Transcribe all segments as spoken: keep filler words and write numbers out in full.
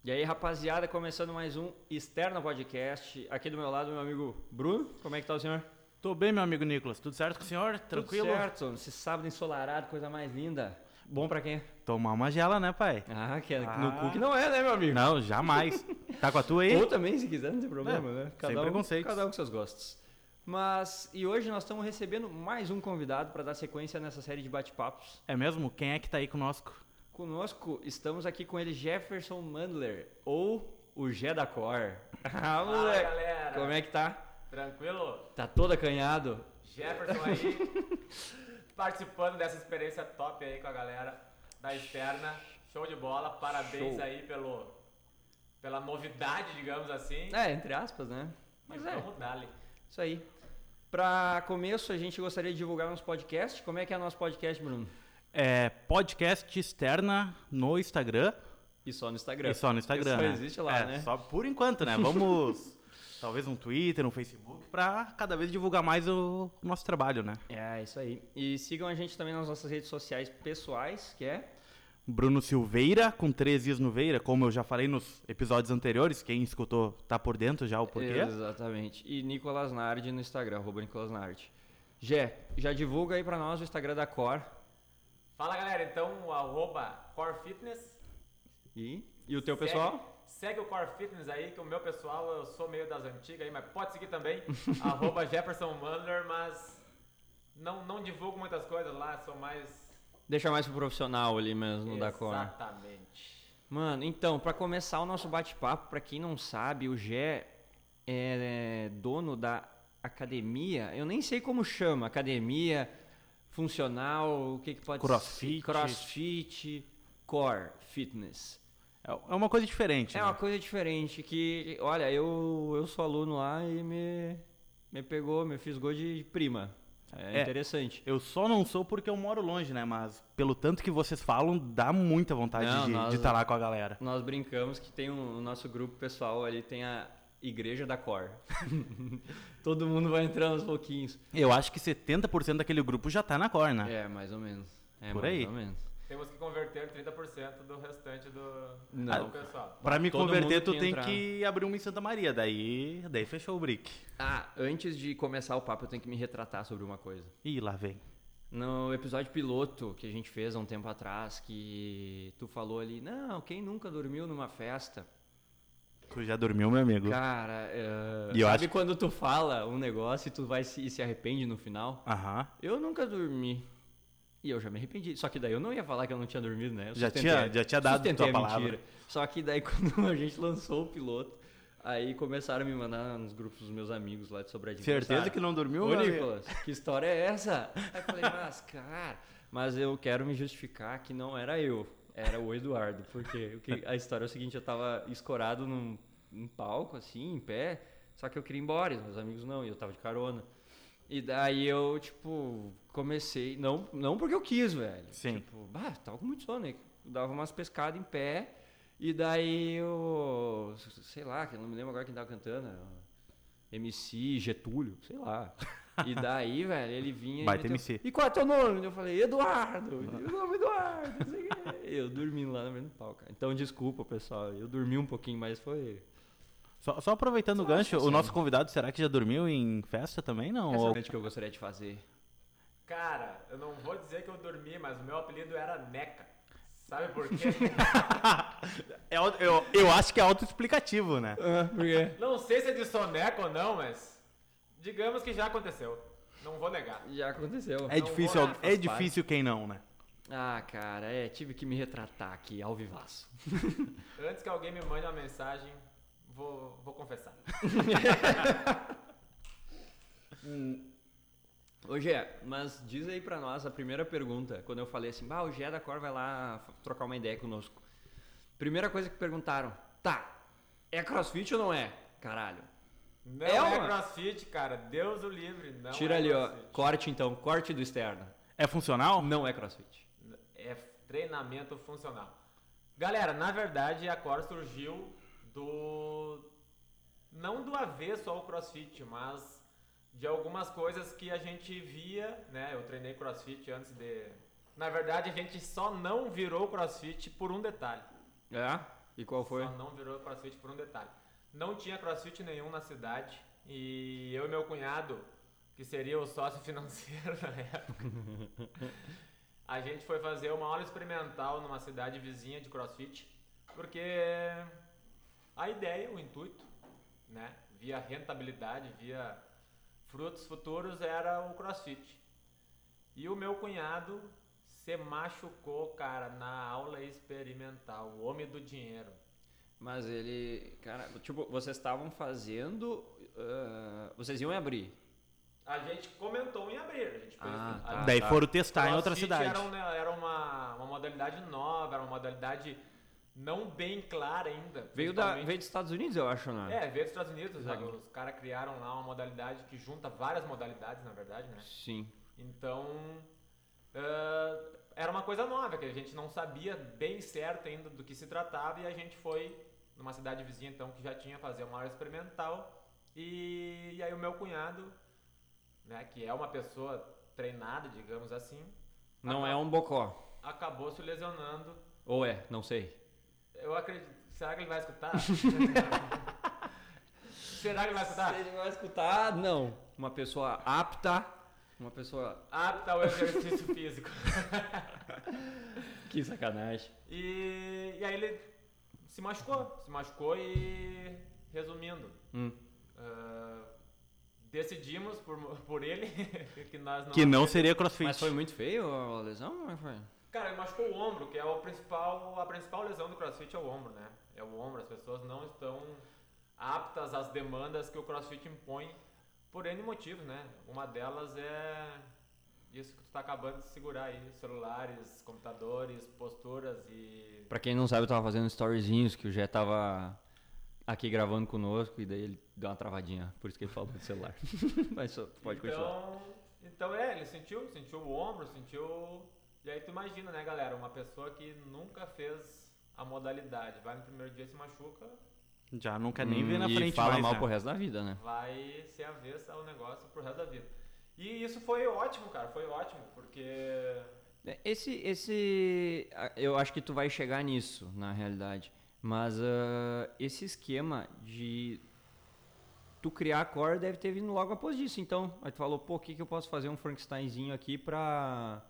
E aí, rapaziada, começando mais um Externo Podcast. Aqui do meu lado, meu amigo Bruno. Como é que tá o senhor? Tô bem, meu amigo Nicolas. Tudo certo com o senhor? Tranquilo? Tudo certo. Esse sábado ensolarado, coisa mais linda. Bom pra quem? Tomar uma gela, né, pai? Ah, que é, Ah. no cu que não é, né, meu amigo? Não, jamais. Tá com a tua aí? Ou também, se quiser, não tem problema, É, né? sem um, preconceitos. cada um com seus gostos. Mas, e hoje nós estamos recebendo mais um convidado para dar sequência nessa série de bate-papos. É mesmo? Quem é que tá aí conosco? Conosco, estamos aqui com ele, Jefferson Mandler, ou o Gé da Cor. Ah, Fala, moleque. galera. Como é que tá? Tranquilo? Tá todo acanhado? Jefferson aí, participando dessa experiência top aí com a galera da Externa. Show de bola, parabéns Show. aí pelo, pela novidade, digamos assim. É, entre aspas, né? Mas é, Vamos dar-lhe. isso aí. Pra começo, a gente gostaria de divulgar nosso podcast. Como é que é nosso podcast, Bruno? É podcast Externa no Instagram. E só no Instagram. E só no Instagram, Só né? existe lá, é, né? Só por enquanto, né? Vamos, talvez um Twitter, um Facebook, pra cada vez divulgar mais o nosso trabalho, né? É, isso aí. E sigam a gente também nas nossas redes sociais pessoais, que é... Bruno Silveira, com três i's no Veira, como eu já falei nos episódios anteriores. Quem escutou tá por dentro já o porquê. Exatamente. E Nicolas Nardi no Instagram, arroba Nicolas Nardi. Gé, já divulga aí pra nós o Instagram da Cor. Fala, galera, então, o arroba Core Fitness. E, e o teu Segue- pessoal? Segue o Core Fitness aí, que o meu pessoal, eu sou meio das antigas aí, mas pode seguir também. arroba Jefferson Mandler, mas não, não divulgo muitas coisas lá, sou mais... Deixa mais pro profissional ali mesmo, no da Cor. Exatamente. Mano, então, pra começar o nosso bate-papo, pra quem não sabe, o Gé é dono da academia, eu nem sei como chama, academia, funcional, o que que pode Crossfit. ser? Crossfit, Core Fitness. É é uma coisa diferente, É né? uma coisa diferente que, olha, eu, eu sou aluno lá e me, me pegou, me fisgou de prima. É, É. interessante. Eu só não sou porque eu moro longe, né? Mas pelo tanto que vocês falam, dá muita vontade Não, de nós- estar lá com a galera. Nós brincamos que tem um, o nosso grupo pessoal ali, tem a Igreja da Cor. Todo mundo vai entrando aos pouquinhos. Eu acho que setenta por cento daquele grupo já tá na cor, né? É, mais ou menos. É, Por mais aí. ou menos. Temos que converter trinta por cento do restante do, Não. do pessoal. Pra me Todo converter, mundo tu que tem entrar. que abrir uma em Santa Maria. Daí, daí fechou o brick. Ah, antes de começar o papo, eu tenho que me retratar sobre uma coisa. Ih, lá vem. No episódio piloto que a gente fez há um tempo atrás, que tu falou ali, não, quem nunca dormiu numa festa? Tu já dormiu, meu amigo? Cara, é, E eu sabe acho- quando tu fala um negócio e tu vai se, e se arrepende no final? Aham. Eu nunca dormi. E eu já me arrependi. Só que daí eu não ia falar que eu não tinha dormido, né? Eu Já sustentei- tinha- já tinha dado sustentei tua a palavra. mentira. Só que daí quando a gente lançou o piloto, aí começaram a me mandar nos grupos dos meus amigos lá de Sobradinho. Certeza Começaram, que não dormiu, Ô, meu amigo? Nicolas, que história é essa? Aí eu falei, mas cara... Mas eu quero me justificar que não era eu, era o Eduardo. Porque o que- a história é o seguinte, eu tava escorado num, num palco, assim, em pé, só que eu queria ir embora, e meus amigos não, e eu tava de carona. E daí eu, tipo, comecei, não, não porque eu quis, velho. Sim. Tipo, bah, tava com muito sono, né? Eu dava umas pescadas em pé, e daí eu, sei lá, que eu não me lembro agora quem tava cantando, era M C Getúlio, sei lá. E daí, velho, ele vinha Baita e meteu, M C. e qual é teu nome? Eu falei, Eduardo. E o nome Eduardo, não sei o quê. Eu dormi lá no meio do pau, cara. Então, desculpa, pessoal, eu dormi um pouquinho, mas foi... Só, só aproveitando o Só gancho, acho o assim. nosso convidado, será que já dormiu em festa também? Não? Essa é Ou- a que eu gostaria de fazer. Cara, eu não vou dizer que eu dormi, mas o meu apelido era Neca. Sabe por quê? É au- eu, eu acho que é autoexplicativo, né? Por quê? Não sei se é de soneca ou não, mas digamos que já aconteceu. Não vou negar. Já aconteceu. É Não difícil, vou, né? é Faz difícil quem não, né? Ah, cara, é, tive que me retratar aqui, ao vivaço. Antes que alguém me mande uma mensagem, vou, vou confessar. Ô, Gé, mas diz aí pra nós a primeira pergunta, quando eu falei assim, bah, o Gé da Cor vai lá f- trocar uma ideia conosco. Primeira coisa que perguntaram, tá, é crossfit ou não é? Caralho. Não É é, uma- crossfit, cara. Deus o livre. Não Tira é ali, ó, crossfit. corte então, corte do externo. É funcional? Não é crossfit. É treinamento funcional. Galera, na verdade a Core surgiu do... Não do avesso ao crossfit, mas de algumas coisas que a gente via, né? Eu treinei crossfit antes de... Na verdade a gente só não virou crossfit por um detalhe. É? E qual foi? Só não virou CrossFit por um detalhe. Não tinha CrossFit nenhum na cidade e eu e meu cunhado, que seria o sócio financeiro na época, a gente foi fazer uma aula experimental numa cidade vizinha de CrossFit, porque a ideia, o intuito, né, via rentabilidade, via frutos futuros, era o CrossFit. E o meu cunhado se machucou, cara, na aula experimental, o homem do dinheiro. Mas ele, cara, tipo, vocês estavam fazendo, uh, vocês iam abrir? A gente comentou em abrir, a gente fez, Ah, a, tá. Daí tá. foram testar em outra CrossFit cidade. Era, um, né, era uma, uma modalidade nova, era uma modalidade não bem clara ainda. Veio, da, principalmente- veio dos Estados Unidos, eu acho, né? É, veio dos Estados Unidos, Exato. os caras criaram lá uma modalidade que junta várias modalidades, na verdade, né? Sim. Então, uh, era uma coisa nova, que a gente não sabia bem certo ainda do que se tratava, e a gente foi numa cidade vizinha, então, que já tinha fazer uma aula experimental, e, e aí o meu cunhado, né, que é uma pessoa treinada, digamos assim, Não acabou, é um bocó. acabou se lesionando. Ou é, não sei. Eu acredito, será que ele vai escutar? Será que ele vai escutar? Se ele vai escutar, não. Uma pessoa apta, uma pessoa... Apta ao exercício físico. Que sacanagem. E, e aí ele se machucou, se machucou e, resumindo, Hum. uh, decidimos por, por ele que nós não... Que não seria CrossFit. Mas foi muito feio a lesão? Como é que foi? Cara, ele machucou o ombro, que é o principal, a principal lesão do CrossFit é o ombro, né? É o ombro, as pessoas não estão aptas às demandas que o CrossFit impõe por N motivos, né? Uma delas é isso que tu tá acabando de segurar aí, celulares, computadores, posturas e... Pra quem não sabe, eu tava fazendo storyzinhos que o Jé tava aqui gravando conosco e daí ele deu uma travadinha, por isso que ele falou do celular. Mas só, pode então, continuar. Então é, ele sentiu, sentiu o ombro, sentiu... E aí tu imagina, né, galera, uma pessoa que nunca fez a modalidade, vai no primeiro dia, se machuca, Já não quer nem ver Hum, na e frente fala mais, mal né? pro resto da vida, né? vai ser avessa ao negócio pro resto da vida. E isso foi ótimo, cara, foi ótimo, porque... Esse, esse, ah, eu acho que tu vai chegar nisso, na realidade. Mas ah, esse esquema de tu criar a core deve ter vindo logo após disso. Então, aí tu falou, pô, o que, que eu posso fazer um Frankensteinzinho aqui pra,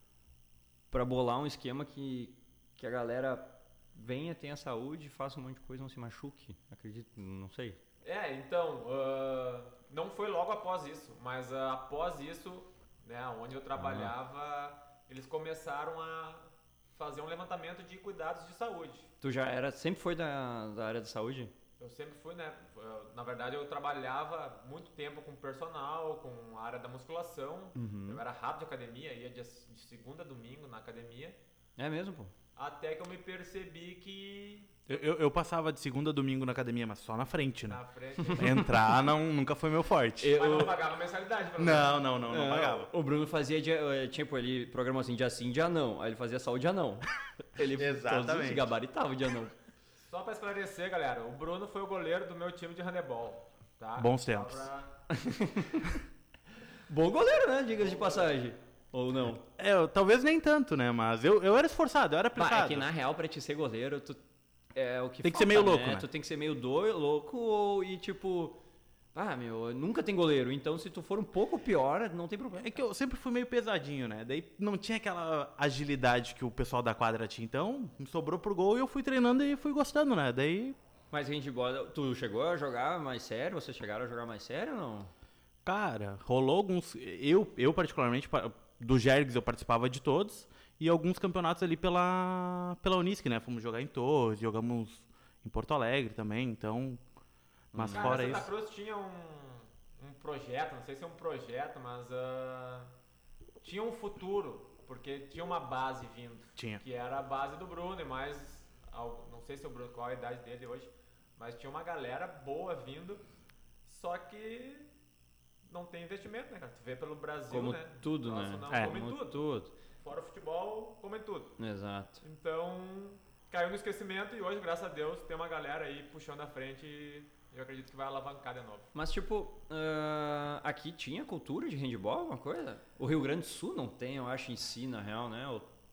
pra bolar um esquema que, que a galera venha, tenha saúde, faça um monte de coisa, não se machuque. Acredito, não sei. É, então, uh, não foi logo após isso, mas uh, após isso, né, onde eu trabalhava, eles começaram a fazer um levantamento de cuidados de saúde. Tu já era, sempre foi da, da área da saúde? Eu sempre fui, né? eu- Na verdade, eu trabalhava muito tempo com personal, com a área da musculação. Uhum. Eu era rato de academia, ia de, de segunda a domingo na academia. É mesmo, pô? Até que eu me percebi que Eu, eu, eu passava de segunda a domingo na academia, mas só na frente, né? na frente... Entrar não, nunca foi meu forte. Eu- Mas não pagava mensalidade, pelo Não, não, não, não É, pagava. O Bruno fazia, dia, eh, tipo, ele programou assim, dia sim, dia não. Aí ele fazia só o dia não. Ele todos os Exatamente. gabaritava o dia não. Só pra esclarecer, galera, o Bruno foi o goleiro do meu time de handebol, tá? Bons Só tempos. pra- Bom goleiro, né? Diga-se de passagem. Ou não? É, eu- talvez nem tanto, né? Mas eu, eu era esforçado, eu era Bah, aplicado. é que na real, pra te ser goleiro, tu é o que Tem que falta, ser meio louco, né? Tu tem que ser meio do, louco ou, e tipo... Ah, meu, nunca tem goleiro. Então, se tu for um pouco pior, não tem problema. É que eu sempre fui meio pesadinho, né? Daí não tinha aquela agilidade que o pessoal da quadra tinha. Então, me sobrou pro gol e eu fui treinando e fui gostando, né? Daí, Mas handball, tu chegou a jogar mais sério? Vocês chegaram a jogar mais sério ou não? cara, rolou alguns... Eu, eu particularmente, pa- do Jergs eu participava de todos. E alguns campeonatos ali pela, pela Unisc, né? Fomos jogar em Torres, jogamos em Porto Alegre também, então... Mas Cara, fora Santa isso... Cruz tinha um, um projeto, não sei se é um projeto, mas ah, tinha um futuro, porque tinha uma base vindo. Tinha. Que era a base do Bruno, e mais, al- não sei se o Bruno, qual a idade dele hoje, mas tinha uma galera boa vindo, só que não tem investimento, né, cara? Tu vê pelo Brasil, Como né? tudo, Nossa, né? Não, É, come Como tudo. tudo. Fora o futebol, come tudo. Exato. Então, caiu no esquecimento e hoje, graças a Deus, tem uma galera aí puxando a frente e eu acredito que vai alavancar de novo. Mas, tipo, ah, aqui tinha cultura de handball, alguma coisa? O Rio Grande do Sul não tem, eu acho, em si, na real, né? Ou-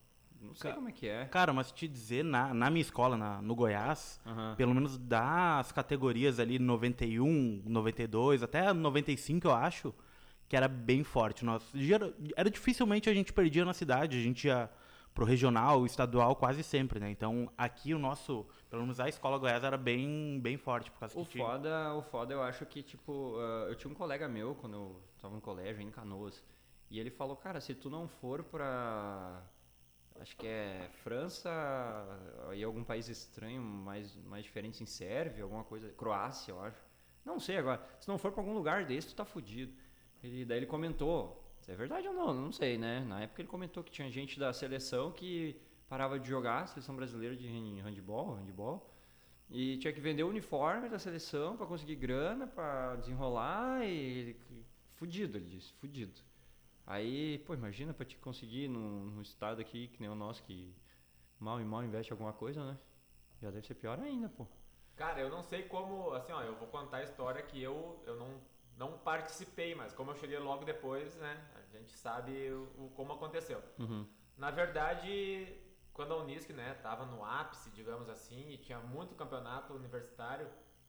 Não sei Ca- como é que é. Cara, mas te dizer, na, na minha escola, na, no Goiás, Aham. pelo menos das categorias ali noventa e um, noventa e dois, até noventa e cinco, eu acho, que era bem forte. Nós, gera- era dificilmente a gente perdia na cidade, a gente ia pro regional, estadual quase sempre, né? Então, aqui o nosso, pelo menos a escola Goiás era bem, bem forte, por causa O que tinha... foda, o foda eu acho que, tipo, ah, eu tinha um colega meu quando eu tava no colégio, em Canoas, e ele falou, cara, se tu não for pra, acho que é França e algum país estranho, mais, mais diferente, assim, Sérvia, alguma coisa, Croácia, eu acho, não sei agora, se não for pra algum lugar desse, tu tá fudido. E daí ele comentou, se é verdade ou não, não sei, né? Na época ele comentou que tinha gente da seleção que parava de jogar, seleção brasileira de hand- handball, handball, e tinha que vender o uniforme da seleção pra conseguir grana, pra desenrolar e... Fudido, ele disse, fudido. Aí, pô, imagina pra te conseguir num, num estado aqui que nem o nosso, que mal e mal investe em alguma coisa, né? Já deve ser pior ainda, pô. Cara, eu não sei como, assim, ó, eu vou contar a história que eu, eu não, não participei, mas como eu cheguei logo depois, né, a gente sabe o, o- como aconteceu. Uhum. Na verdade, quando a Unisc, né, tava no ápice, digamos assim, e tinha muito campeonato universitário,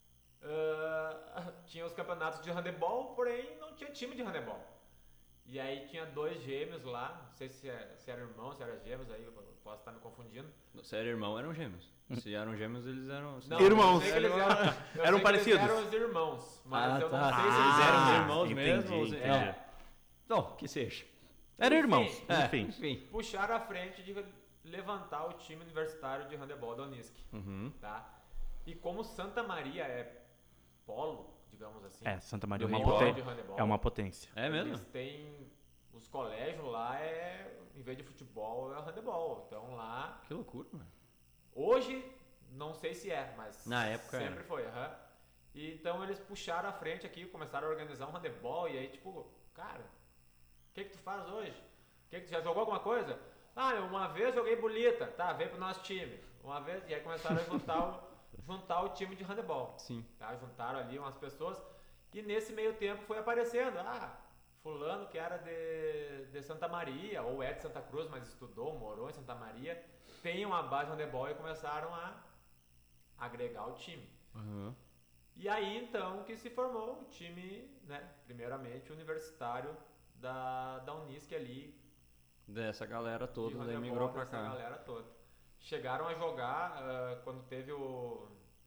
ah, tinha os campeonatos de handebol, porém não tinha time de handebol. E aí tinha dois gêmeos lá, não sei se, é, se era irmão, se era gêmeos, aí eu posso estar me confundindo. Se era irmão, eram gêmeos. Se eram gêmeos, eles eram... Não, Irmãos. eu sei que eles eram, eu Eram sei que eles parecidos. eram os irmãos, mas Ah, eu não tá. sei se Eles eles eram Ah, eram irmãos entendi, mesmo? ou se- entendi. É. Não, que seja. Era Enfim, irmãos, É, enfim. enfim. puxaram a frente de levantar o time universitário de handebol da Unisc, Uhum. tá? E como Santa Maria é polo, digamos assim, É, Santa Maria é Do uma, handball. poten- de handebol, é uma potência. É mesmo? eles têm os colégios lá, é em vez de futebol é handebol. Então lá, Que loucura, mano. hoje não sei se é, mas Na época sempre era. foi, aham. E então eles puxaram a frente aqui, começaram a organizar um handebol e aí tipo, cara, o que que tu faz hoje? Que que tu já jogou alguma coisa? Ah, eu uma vez joguei bolita, tá, veio pro nosso time. Uma vez, e aí começaram a juntar o, juntar o time de handebol. Sim. Tá? Juntaram ali umas pessoas e nesse meio tempo foi aparecendo, ah, fulano que era de, de Santa Maria, ou é de Santa Cruz, mas estudou, morou em Santa Maria, tem uma base de handebol e começaram a agregar o time. Uhum. E aí então que se formou o time, né, primeiramente universitário da, da Unisc ali, Dessa galera de toda, daí handebol migrou pra dessa cá. galera toda. Chegaram a jogar ah, quando teve o.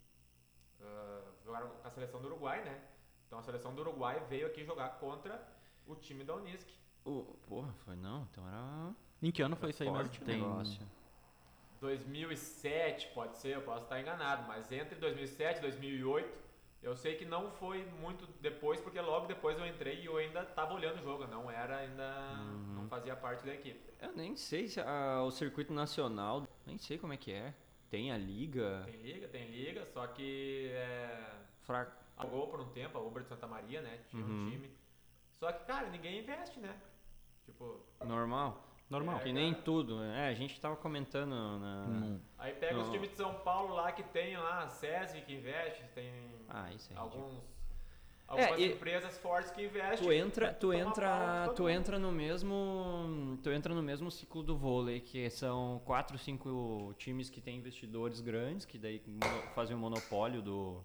ah, jogaram com a seleção do Uruguai, né? Então a seleção do Uruguai veio aqui jogar contra o time da Unisc. O, porra, foi não? Então era Em que ano foi isso aí forte mesmo? o Tem... negócio. dois mil e sete, pode ser, eu posso estar enganado, mas entre dois mil e sete e dois mil e oito, eu sei que não foi muito depois, porque logo depois eu entrei e eu ainda estava olhando o jogo, não era ainda, Uhum. não fazia parte da equipe. Eu nem sei se a- o circuito nacional, nem sei como é que é. Tem a liga. Tem liga, tem liga, só que é, Fraco. jogou por um tempo, a Uber de Santa Maria, né? Tinha Uhum. um time. Só que, cara, ninguém investe, né? Tipo, Normal. Normal. Que nem tudo. É, a gente tava comentando na. Hum. aí pega os Não. times de São Paulo lá que tem lá, a SESI que investe, tem Ah, isso é ridículo. alguns, algumas e- empresas fortes que investem. Tu entra, tu toma entra, pau de tu todo entra no mesmo, tu entra no mesmo ciclo do vôlei, que são quatro, cinco times que têm investidores grandes, que daí mono- fazem o monopólio do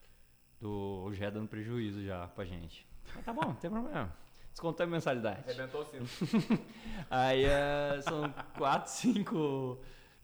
do já dando prejuízo já pra gente. Mas tá bom, não tem problema. Descontando mensalidade. Arrebentou o sino. Aí é, são quatro, cinco.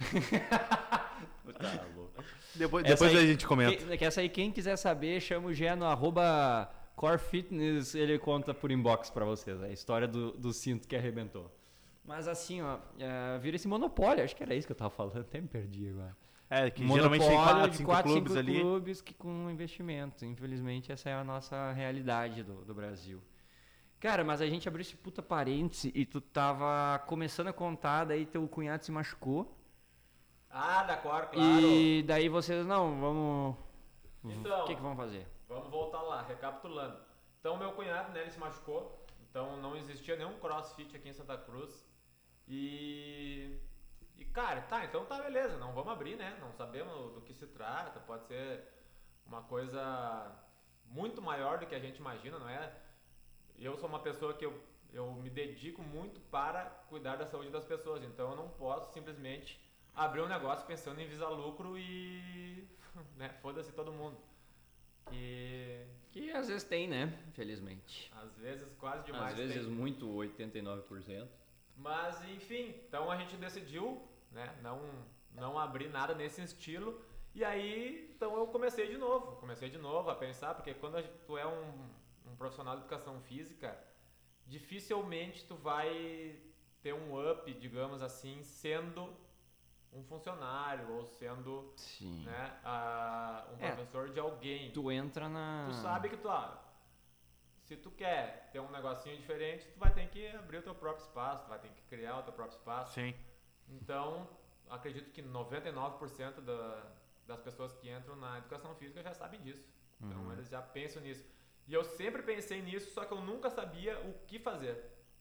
Tá louco. Depois, Essa depois aí- a gente comenta. Quem, que essa aí, quem quiser saber, chama o Gé no arroba Core Fitness, ele conta por inbox pra vocês. A história do, do cinto que arrebentou. Mas assim, ó, é, vira esse monopólio, acho que era isso que eu tava falando, até me perdi agora. É, que Monopólio geralmente tem quatro, de cinco quatro, clubes cinco ali. clubes que com investimento. Infelizmente, essa é a nossa realidade do, do Brasil. Cara, mas a gente abriu esse puta parêntese e tu tava começando a contar, daí teu cunhado se machucou. Ah, da Cor, claro. E daí vocês, não, vamos... Então, O que que vamos fazer? vamos voltar lá, recapitulando. Então, meu cunhado, né, ele se machucou. Então, não existia nenhum crossfit aqui em Santa Cruz. E... E, cara, tá, então tá, beleza. Não vamos abrir, né? Não sabemos do que se trata. Pode ser uma coisa muito maior do que a gente imagina, não é? Eu sou uma pessoa que eu, eu me dedico muito para cuidar da saúde das pessoas. Então eu não posso simplesmente abrir um negócio pensando em visar lucro e né, foda-se todo mundo. Que Que às vezes tem, né? Infelizmente. às vezes quase demais Às vezes tem. muito, oitenta e nove por cento. Mas enfim, então a gente decidiu, né, não, não abrir nada nesse estilo. E aí, então eu comecei de novo, comecei de novo a pensar, porque quando a gente- tu é um, um profissional de educação física, dificilmente tu vai ter um up, digamos assim, sendo um funcionário ou sendo, Sim. né, a- um É, professor de alguém. Tu entra na... Tu sabe que tu, ah, se tu quer ter um negocinho diferente, tu vai ter que abrir o teu próprio espaço, tu vai ter que criar o teu próprio espaço. Sim. Então, acredito que noventa e nove por cento da, das pessoas que entram na educação física já sabem disso. Então, Uhum. eles já pensam nisso. E eu sempre pensei nisso, só que eu nunca sabia o que fazer.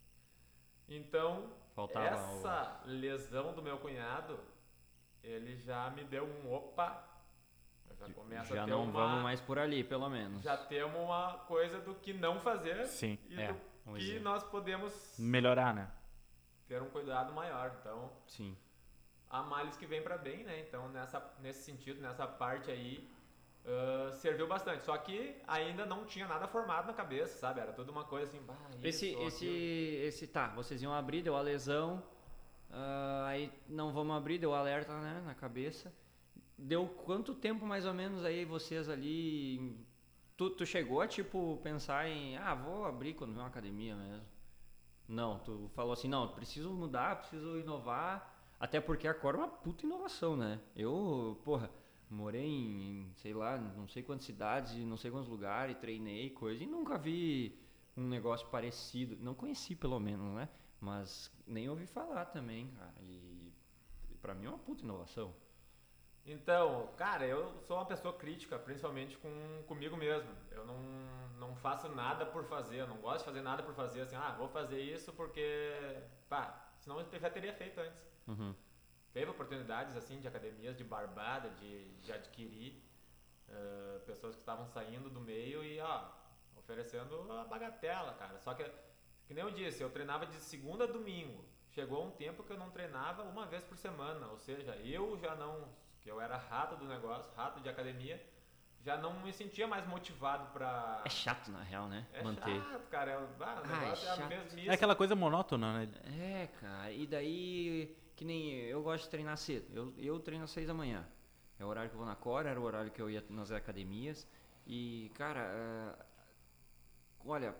Então, Faltava essa lesão do meu cunhado, ele já me deu um opa. Eu já começa Já a ter não uma, vamos mais por ali, pelo menos. já temos uma coisa do que não fazer Sim. e É, do um que exemplo. nós podemos Melhorar, né? ter um cuidado maior. Então, Sim. há males que vem para bem, né? Então, nessa, nesse sentido, nessa parte aí, ah, serviu bastante. Só que ainda não tinha nada formado na cabeça, sabe? Era tudo uma coisa assim, bah, isso, Esse, ou esse, aquilo. esse, tá, vocês iam abrir, deu a lesão, ah, aí não vamos abrir, deu alerta, né, na cabeça. Deu quanto tempo mais ou menos aí vocês ali, tu, tu chegou a tipo pensar em, ah, vou abrir quando vem uma academia mesmo? Não, tu falou assim, não, preciso mudar, preciso inovar, até porque a Core é uma puta inovação, né? Eu, porra, morei em, sei lá, não sei quantas cidades, não sei quantos lugares, treinei coisa e nunca vi um negócio parecido. Não conheci pelo menos, né? Mas nem ouvi falar também, cara. E pra mim é uma puta inovação. Então, cara, eu sou uma pessoa crítica, principalmente com comigo mesmo. Eu não, não faço nada por fazer, eu não gosto de fazer nada por fazer, assim, ah, vou fazer isso porque, pá, senão eu já teria feito antes. Uhum. Teve oportunidades, assim, de academias de barbada, de, de adquirir eh, pessoas que estavam saindo do meio e, ó, oferecendo a bagatela, cara. Só que, que nem eu disse, eu treinava de segunda a domingo. Chegou um tempo que eu não treinava uma vez por semana, ou seja, eu já não, que eu era rato do negócio, rato de academia, já não me sentia mais motivado pra... É chato, na real, né? É Manter. chato, cara, é, ah, o Ah, negócio é é, a chato. mesmice. É aquela coisa monótona, né? É, cara, e daí, que nem eu gosto de treinar cedo. Eu, eu treino às seis da manhã. É o horário que eu vou na Core, era o horário que eu ia nas academias. E, cara, ah, olha,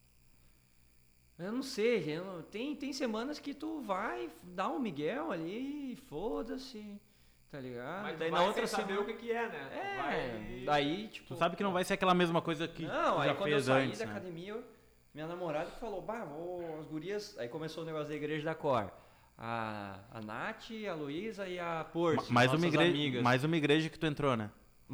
eu não sei, eu não- tem, tem semanas que tu vai dar um migué ali e foda-se, tá ligado? Mas tu daí vai na outra sem saber semana. o que que é, né? Tu É, vai- daí, tipo. Tu sabe que não vai ser aquela mesma coisa que Não, tu aí já quando eu fez saí antes, da né? academia, eu- minha namorada que falou, bah, vou, as gurias. Aí começou o negócio da igreja da Cor. A, a Nath, a Luísa e a Ma- Porce, mais, uma nossas igreja, amigas. mais uma igreja que tu entrou, né?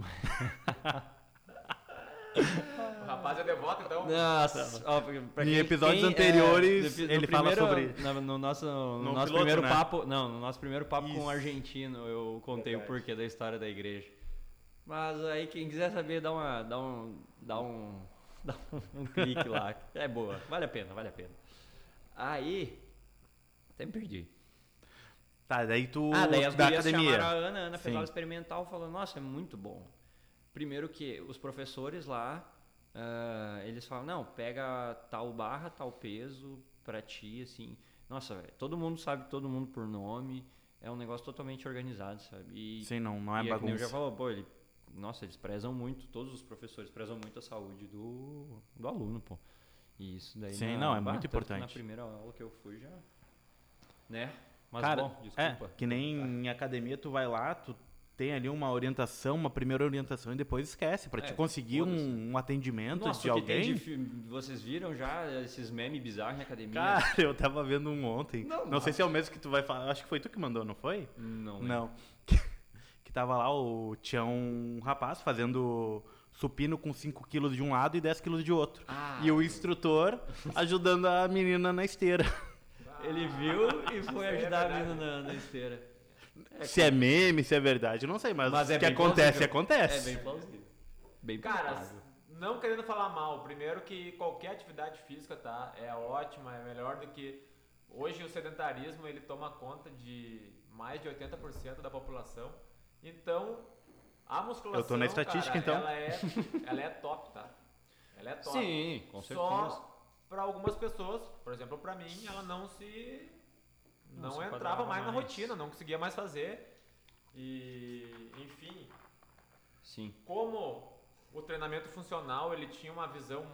O rapaz é devoto, então. Nossa, ó, pra- pra Em quem- episódios quem, anteriores, no- no ele fala primeiro- sobre- No, no nosso, no No nosso piloto, primeiro né? papo. Não, no nosso primeiro papo com Isso. um argentino, eu contei Verdade. o porquê da história da igreja. Mas aí quem quiser saber, dá uma. Dá um. Dá um. Dá um, um clique lá. É boa. Vale a pena, vale a pena. Aí. Até me perdi. Tá, daí tu. Ah, daí as da gurias academia. chamaram a Ana, a Ana fez Sim. aula experimental, falou, nossa, é muito bom. Primeiro que os professores lá, ah, eles falam, não, pega tal barra, tal peso pra ti, assim. Nossa, velho, todo mundo sabe todo mundo por nome, é um negócio totalmente organizado, sabe? E, Sim, não, não é e que nem eu bagunça. já falou, pô, ele, nossa, eles prezam muito, todos os professores prezam muito a saúde do, do aluno, pô. E isso daí Sim, na- não, é bah, muito tanto que importante. Na primeira aula que eu fui já, né? Mas Cara, bom, desculpa. é, que nem em academia tu vai lá, tu tem ali uma orientação, uma primeira orientação e depois esquece. Pra É, te conseguir foda-se. um, um atendimento Nossa, de o que tem alguém. de filme, vocês viram já esses memes bizarros em academia? Cara, eu tava vendo um ontem. Não, Não, sei se é o mesmo que tu vai falar. Acho que foi tu que mandou, não foi? Não. lembro. Não. Que tava lá, o tinha um rapaz fazendo supino com cinco quilos de um lado e dez quilos de outro. Ah, E o instrutor ajudando a menina na esteira. ele viu e foi Isso aí é ajudar a verdade. menina na, na esteira. É, Se é meme, se é verdade, eu não sei, mas, mas é o que bem acontece, plausível. acontece. É bem plausível. Bem Cara, plausível. não querendo falar mal, primeiro que qualquer atividade física, tá, é ótima, é melhor do que... Hoje o sedentarismo, ele toma conta de mais de oitenta por cento da população. Então, a musculação, Eu tô na estatística, cara, então. ela é, ela é top, tá? Ela é top. Sim, com certeza. Só para algumas pessoas, por exemplo, para mim, ela não se... Não, Não se entrava enquadrava mais na mais. rotina, não conseguia mais fazer. E, enfim, Sim. como o treinamento funcional, ele tinha uma visão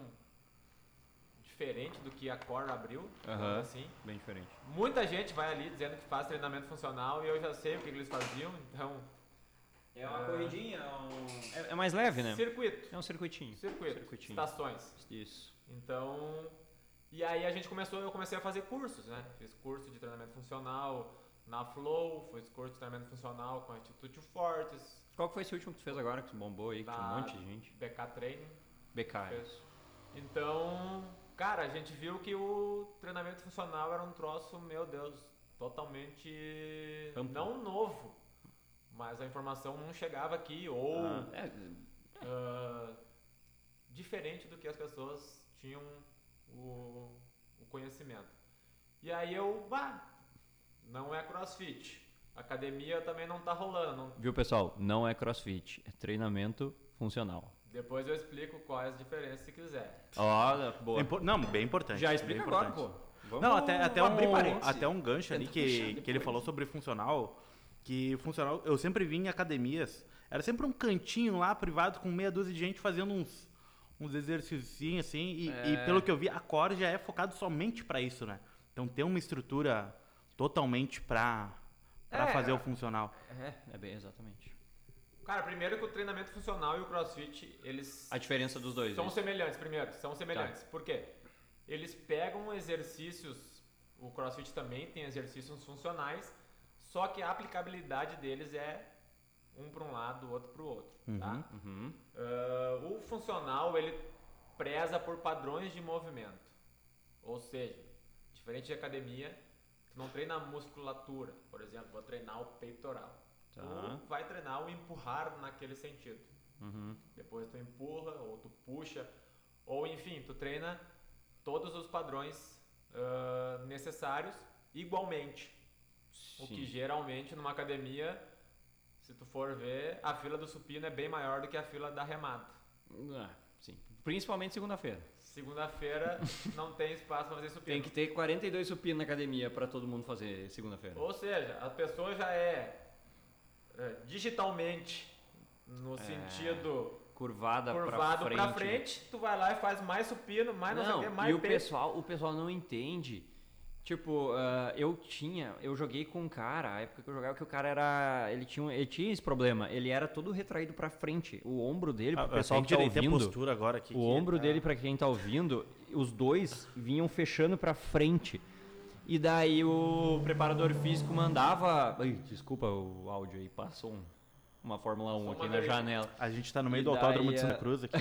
diferente do que a Core abriu, Aham. assim. Bem diferente. Muita gente vai ali dizendo que faz treinamento funcional e eu já sei o que eles faziam, então... É uma Ah. corridinha, é, um... é, é mais leve, né? Circuito, É um circuitinho. circuito, Circuitinho. estações. Isso. Então, e aí a gente começou, eu comecei a fazer cursos, né? Fiz curso de treinamento funcional na Flow, fiz curso de treinamento funcional com a Instituto Fortes, Qual que foi esse último que tu fez agora, que bombou aí, que tinha um na monte de gente? B K Training. B K. Fez. Então, cara, a gente viu que o treinamento funcional era um troço, meu Deus, totalmente Amplo. não novo, mas a informação não chegava aqui, ou Ah, é, ah, diferente do que as pessoas tinham o, o conhecimento. E aí eu, bah, não é CrossFit. Academia também não tá rolando. não- viu, pessoal? Não é crossfit, é treinamento funcional. Depois eu explico quais as diferenças se quiser. Olha, boa. É impor- Não, bem importante. Já bem explica agora, importante. pô. Vamos Não, até, até, um, abrir parênteses. até um gancho ali Tenta puxar que, que ele depois. falou sobre funcional, que funcional, eu sempre vi em academias, era sempre um cantinho lá, privado, com meia dúzia de gente fazendo uns, uns exercícios assim, e, É. e pelo que eu vi, a Core já é focado somente pra isso, né? Então tem uma estrutura totalmente pra, pra É. fazer o funcional. É, é bem exatamente. Cara, primeiro que o treinamento funcional e o CrossFit, eles A diferença dos dois. são isso. semelhantes, primeiro, são semelhantes. Por quê? Eles pegam exercícios, o CrossFit também tem exercícios funcionais, só que a aplicabilidade deles é um para um lado, o outro para o outro, tá? Uhum. Ah, o funcional, ele preza por padrões de movimento. Ou seja, diferente de academia, tu não treina a musculatura, por exemplo, vou treinar o peitoral. Tá. Tu vai treinar o empurrar naquele sentido. Uhum. Depois tu empurra, ou tu puxa, ou enfim, tu treina todos os padrões ah, necessários igualmente. O Sim. que geralmente numa academia, se tu for ver, a fila do supino é bem maior do que a fila da remada. Ah, sim. Principalmente segunda-feira. Segunda-feira não tem espaço para fazer supino. Tem que ter quarenta e dois supino na academia pra todo mundo fazer segunda-feira. Ou seja, a pessoa já é, é, digitalmente, no É, sentido Curvada, curvado pra pra frente. frente, tu vai lá e faz mais supino, mais não, sei o que, mais e o peito. pessoal, o pessoal não entende. Tipo, ah, eu tinha, eu joguei com um cara, a época que eu jogava, que o cara era, ele tinha, ele tinha esse problema, ele era todo retraído pra frente. O ombro dele, pro Ah, pessoal tem que tá direito a ouvindo, postura agora aqui. o que- ombro dele, pra quem tá ouvindo, os dois vinham fechando pra frente. E daí o preparador físico mandava, ai, desculpa o áudio aí, passou um- uma Fórmula um Passou aqui uma na vez. janela. A gente tá no meio E do autódromo daí, de Santa ah, Cruz aqui.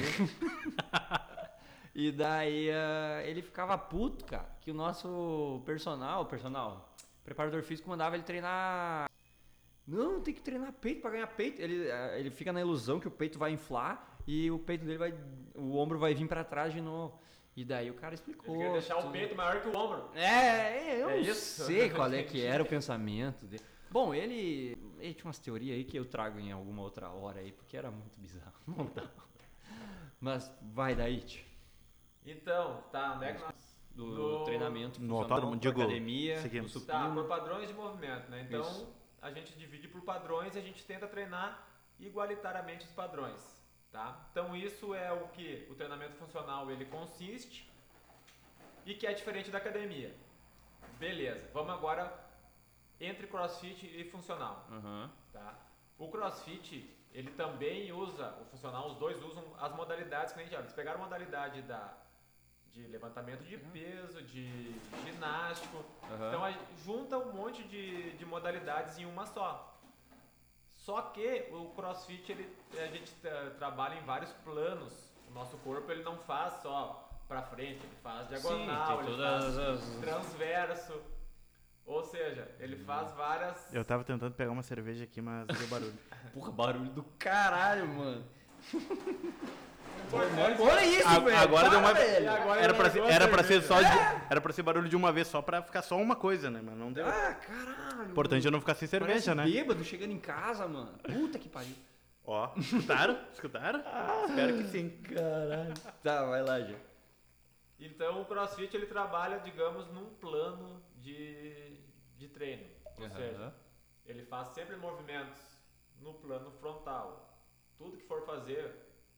E daí ah, ele ficava puto, cara, que o nosso personal, personal, preparador físico mandava ele treinar. Não, tem que treinar peito pra ganhar peito. Ele, ah, ele fica na ilusão que o peito vai inflar e o peito dele vai. O ombro vai vir pra trás de novo. E daí o cara explicou. Ele quer deixar o tudo. peito maior que o ombro. É, eu É não isso? sei qual é que era o pensamento dele. Bom, ele, ele tinha umas teorias aí que eu trago em alguma outra hora aí, porque era muito bizarro. Não dá. Mas vai daí, tio. Então, tá, onde é que nós... Do No- treinamento no funcional, autódromo, pra digo, academia, seguimos. do Tá, supino. por padrões de movimento, né? Então, Isso. a gente divide por padrões e a gente tenta treinar igualitariamente os padrões, tá? Então, isso é o que o treinamento funcional ele consiste e que é diferente da academia. Beleza, vamos agora entre CrossFit e funcional, Aham. tá? O CrossFit, ele também usa, o funcional, os dois usam as modalidades que a gente olha. Eles pegaram a modalidade da, de levantamento de peso, de ginástico. Aham. Então, a, junta um monte de, de modalidades em uma só. Só que o CrossFit, ele, a gente tra- trabalha em vários planos. O nosso corpo, ele não faz só pra frente, ele faz diagonal, Sim, tem ele todas faz as- transverso. Ou seja, ele faz várias... Eu tava tentando pegar uma cerveja aqui, mas deu barulho. Porra, barulho do caralho, mano. Olha isso, A- velho. agora deu uma. velho. Agora Era pra, ser, era pra ser só. É. De, era pra ser barulho de uma vez só pra ficar só uma coisa, né? Mas não deu. Ah, caralho. O importante é não ficar sem cerveja, Parece né? bêbado chegando em casa, mano. Puta que pariu. Ó, escutaram? Escutaram? Espero que sim. Caralho. Tá, vai lá, Gê. Então o CrossFit ele trabalha, digamos, num plano de, de treino. Ou Aham. seja, ele faz sempre movimentos no plano frontal. Tudo que for fazer,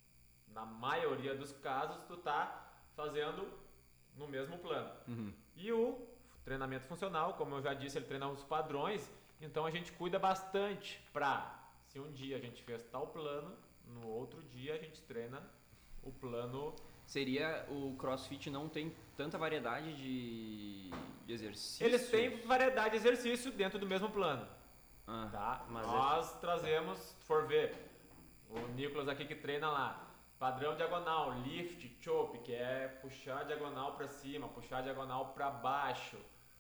na maioria dos casos, tu tá fazendo no mesmo plano. Uhum. E o treinamento funcional, como eu já disse, ele treina os padrões, então a gente cuida bastante pra, se um dia a gente fez tal plano, no outro dia a gente treina o plano. Seria, o CrossFit não tem tanta variedade de, de exercícios? Eles têm variedade de exercício dentro do mesmo plano, Ah, tá? mas Nós trazemos, se for ver, o Nicolas aqui que treina lá, padrão diagonal, lift, chop, que é puxar a diagonal pra cima, puxar a diagonal pra baixo.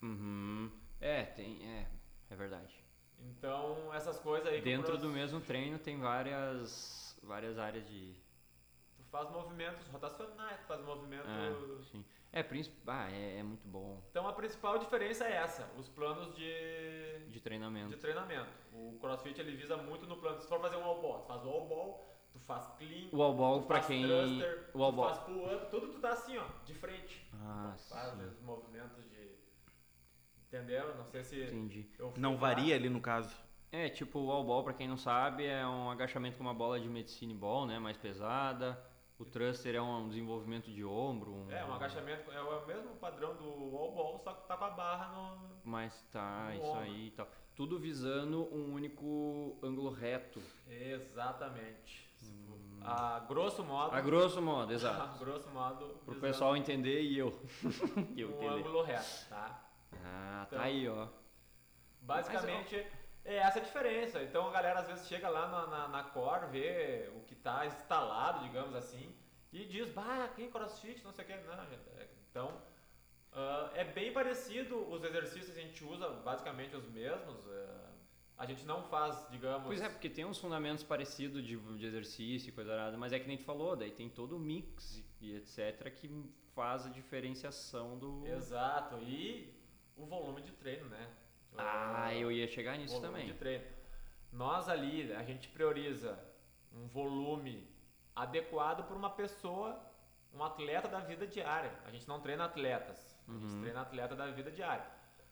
Uhum. É, tem, é, é verdade. Então, essas coisas aí que o Dentro cross- do mesmo treino tem várias, várias áreas de... Tu faz movimentos rotacionais, tu faz movimentos... É, sim. É, princip... ah, é, é muito bom Então a principal diferença é essa, os planos de, de treinamento. de treinamento. O CrossFit ele visa muito no plano, se for fazer um wall ball, tu faz wall ball, tu faz clean, O wall ball, tu pra faz quem... thruster, o wall tu ball. faz pull-up, tudo tu tá assim, ó, de frente. Ah, Tu faz sim. os movimentos de... Entenderam? Não sei se... Entendi. eu fui Não lá. varia ali no caso. É, tipo, o wall ball, pra quem não sabe, é um agachamento com uma bola de medicine ball, né, mais pesada. O thruster é um desenvolvimento de ombro. Um... É, um agachamento, é o mesmo padrão do wall ball, só que tá com a barra no... Mas tá, No isso ombro. aí e tal. Tudo visando um único ângulo reto. Exatamente. Se for- A grosso modo... A grosso modo, A exato. grosso modo... Pro visando pessoal entender e eu. E eu um entender. ângulo reto, tá? Ah, Então, tá aí, ó. Basicamente, é essa a diferença. Então a galera às vezes chega lá na, na, na core, vê o que está instalado, digamos assim, e diz, bah, quem crossfit, não sei o que. Não, gente, é- então, ah, é bem parecido, os exercícios a gente usa basicamente os mesmos. ah, a gente não faz, digamos... Pois é, porque tem uns fundamentos parecidos de, de exercício e coisa nada, mas é que nem tu falou, daí tem todo o mix e etcétera que faz a diferenciação do... Exato, e o volume de treino, né? Ah, eu ia chegar nisso volume também. de treino. Nós ali, a gente prioriza um volume adequado para uma pessoa, um atleta da vida diária. A gente não treina atletas, a gente Uhum. treina atleta da vida diária.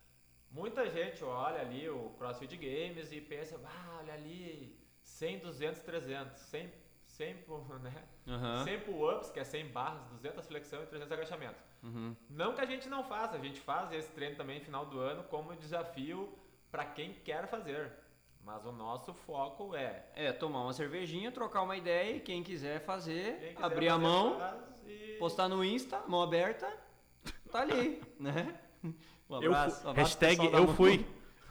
Muita gente olha ali o CrossFit Games e pensa, ah, olha ali, cem, duzentos, trezentos, cem, cem, né? Aham. cem pull-ups, que é cem barras, duzentas flexão e trezentos agachamentos. Uhum. Não que a gente não faça, a gente faz esse treino também no final do ano como desafio para quem quer fazer. Mas o nosso foco é É, tomar uma cervejinha, trocar uma ideia e quem quiser fazer, quem quiser abrir a fazer, mão, faz e- postar no Insta, mão aberta, tá ali, né? Um Eu abraço. fu- um abraço pro hashtag pessoal da eu mão. fui.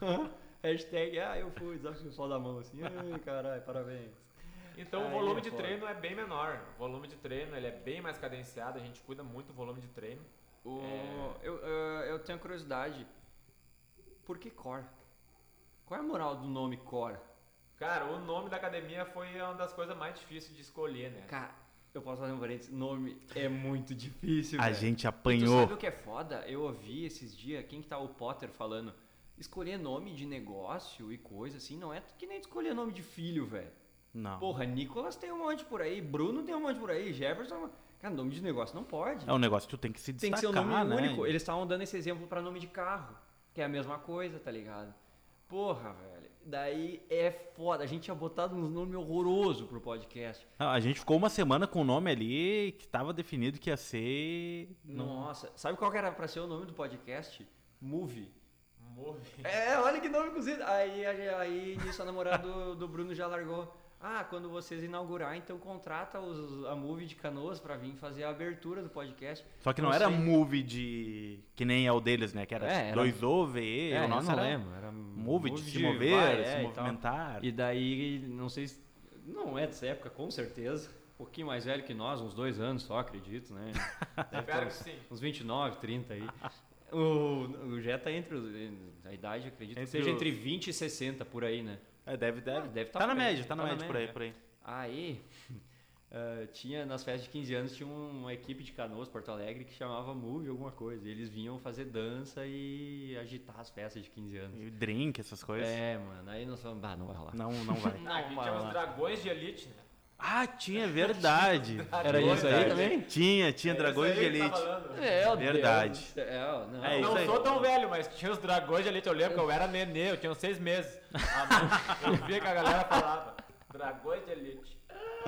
Hashtag, ah, eu fui, desafio o pessoal da mão assim, ai, caralho, parabéns. Então o Aí volume é de foda. treino é bem menor. O volume de treino ele é bem mais cadenciado, a gente cuida muito do volume de treino. O- É. eu, eu, eu tenho curiosidade, por que core? Qual é a moral do nome core? Cara, o nome da academia foi uma das coisas mais difíceis de escolher, né? Cara, eu posso fazer um parênteses, nome é muito difícil, A velho. gente E tu apanhou. sabe o que é foda? Eu ouvi esses dias, quem que tá o Potter falando, escolher nome de negócio e coisa assim, não é que nem escolher nome de filho, velho. Não. Porra, Nicolas tem um monte por aí, Bruno tem um monte por aí, Jefferson... Cara, nome de negócio não pode. É um negócio que tu tem que se Tem que destacar, ser um nome né? único. Eles estavam dando esse exemplo pra nome de carro, que é a mesma coisa, tá ligado? Porra, velho. Daí é foda. A gente tinha botado uns nomes horrorosos pro podcast. Não, a gente ficou uma semana com o nome ali que tava definido que ia ser... Nossa, sabe qual que era pra ser o nome do podcast? Movie. Move. É, olha que nome cozido. Aí, aí, aí nisso a namorada do, do Bruno já largou. Ah, quando vocês inaugurar, então contrata os, a Movie de Canoas pra vir fazer a abertura do podcast. Só que não, Não era sei. movie de... Que nem é o deles, né? Que era, É, era- dois O, V, E. É, o nosso eu não era lembro. Era movie de se vai, mover, é, se e tal. movimentar. E daí, não sei se... Não é dessa época, com certeza. Um pouquinho mais velho que nós, uns dois anos só, acredito, né? Deve ter Espero que uns, sim. uns vinte e nove, trinta aí. O, o Jé tá entre os... A idade, acredito que Entre seja os- entre vinte e sessenta, por aí, né? É, deve, deve. Ah, deve tá tá na por aí, média, tá na tá na média, por aí, média. por aí. Aí, Uh, tinha, nas festas de quinze anos, tinha uma equipe de Canoas, Porto Alegre, que chamava Move alguma coisa. E eles vinham fazer dança e agitar as festas de quinze anos. E drink, essas coisas. É, mano. Aí nós falamos, ah, não vai rolar. Não, não vai. Ah, aqui vai tinha os lá. dragões de elite, né? Ah, tinha, verdade. Era isso aí Verdade. também? Tinha, tinha É dragões isso de aí que tá elite. falando. É, Verdade. Deus do céu, não. É não isso aí. sou tão velho, mas tinha os dragões de elite. Eu lembro que eu era nenê, eu tinha uns seis meses. Eu via que a galera falava. Dragões de elite.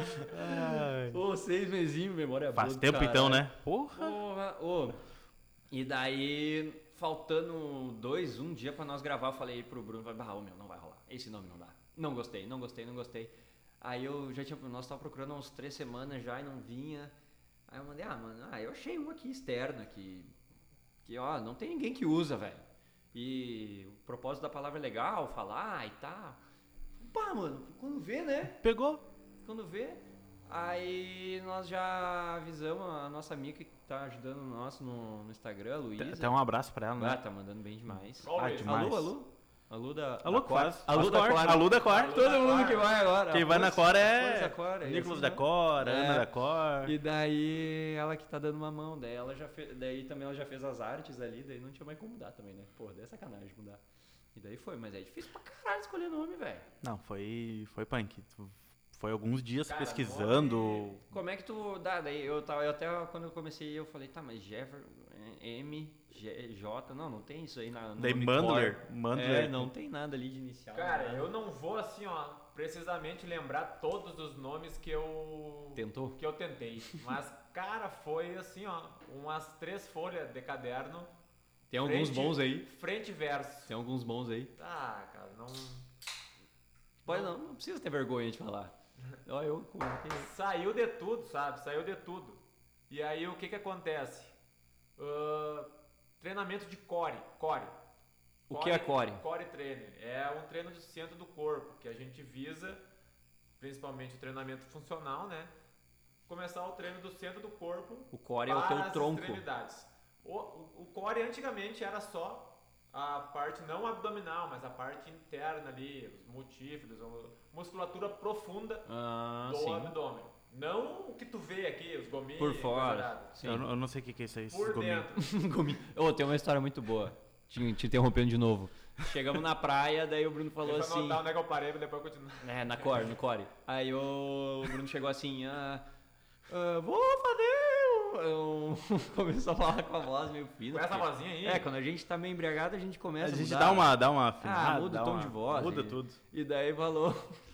Ai. Ô, seis mesinhos, memória boa Faz do tempo caralho. então, né? Porra. Porra, ô. E daí, faltando dois, um dia pra nós gravar, eu falei pro Bruno, falei, ah, ô, meu, não vai rolar. Esse nome não dá. Não gostei, não gostei, não gostei. Aí eu já tinha, nós tava procurando há uns três semanas já e não vinha. Aí eu mandei, ah, mano, ah, eu achei um aqui externo, que, que ó, não tem ninguém que usa, velho. E o propósito da palavra é legal, falar e tal. Pá, mano, quando vê, né? Pegou? Quando vê, aí nós já avisamos a nossa amiga que tá ajudando nós no, no Instagram, a Luísa. Até um abraço pra ela, Ah, né? tá mandando bem demais. Qual Ah, Luísa? demais. Alô, alô? Alô da, Alô da que faz. Alô Faz da Cor. Cora. Alô da Cor. Alô Todo da mundo Cora. que vai agora. Quem A vai na força- Cor a é força da Cora, Nicolas isso da mesmo. Cor, É. Ana da Cor. E daí ela que tá dando uma mão, daí ela já fez, daí também ela já fez as artes ali, daí não tinha mais como mudar também, né? Pô, daí é sacanagem mudar. E daí foi, mas é difícil pra caralho escolher nome, velho. Não, foi, foi punk. Tu- Foi alguns dias Cara, pesquisando. nome- Como é que tu dá? Daí eu tava, eu até quando eu comecei eu falei, tá, mas Jeffer, M, G, J, não, não tem isso aí na no Daí nome Mandler. core. Mandler. É, não tem nada ali de inicial. Cara, nada. eu não vou assim, ó, precisamente lembrar todos os nomes que eu Tentou? que eu tentei, mas cara, foi assim, ó, umas três folhas de caderno. Tem alguns frente- bons aí. Frente e verso. Tem alguns bons aí. Ah, cara, não Pode não, não precisa ter vergonha de falar. Ó, eu com saiu de tudo, sabe? Saiu de tudo. E aí o que que acontece? Ah, treinamento de core, core. O que é core? Core trainer. É um treino de centro do corpo, que a gente visa, principalmente o treinamento funcional, né? Começar o treino do centro do corpo O core é o para teu as tronco. extremidades. O, o, o core antigamente era só a parte não abdominal, mas a parte interna ali, os multífidos, a musculatura profunda Ah, do sim. abdômen. Não o que tu vê aqui, os gominhos. Por coisa fora. arada. Sim. Eu, não- eu não sei o que que é isso aí. esses Por gominhos. dentro. Comi- Ô, tem uma história muito boa. Te, te interrompendo de novo. Chegamos na praia, daí o Bruno falou Deixa eu assim. anotar onde é que eu parei pra depois continuar. É, na core, no core. Aí o Bruno chegou assim, ah, ah, vou fazer um... um- Começou a falar com a voz meio fina. Com essa porque- vozinha aí? É, quando a gente tá meio embriagado, a gente começa A a gente mudar. dá uma, dá uma afinada, Ah, muda dá o tom uma- de voz. Muda e, tudo. E daí falou...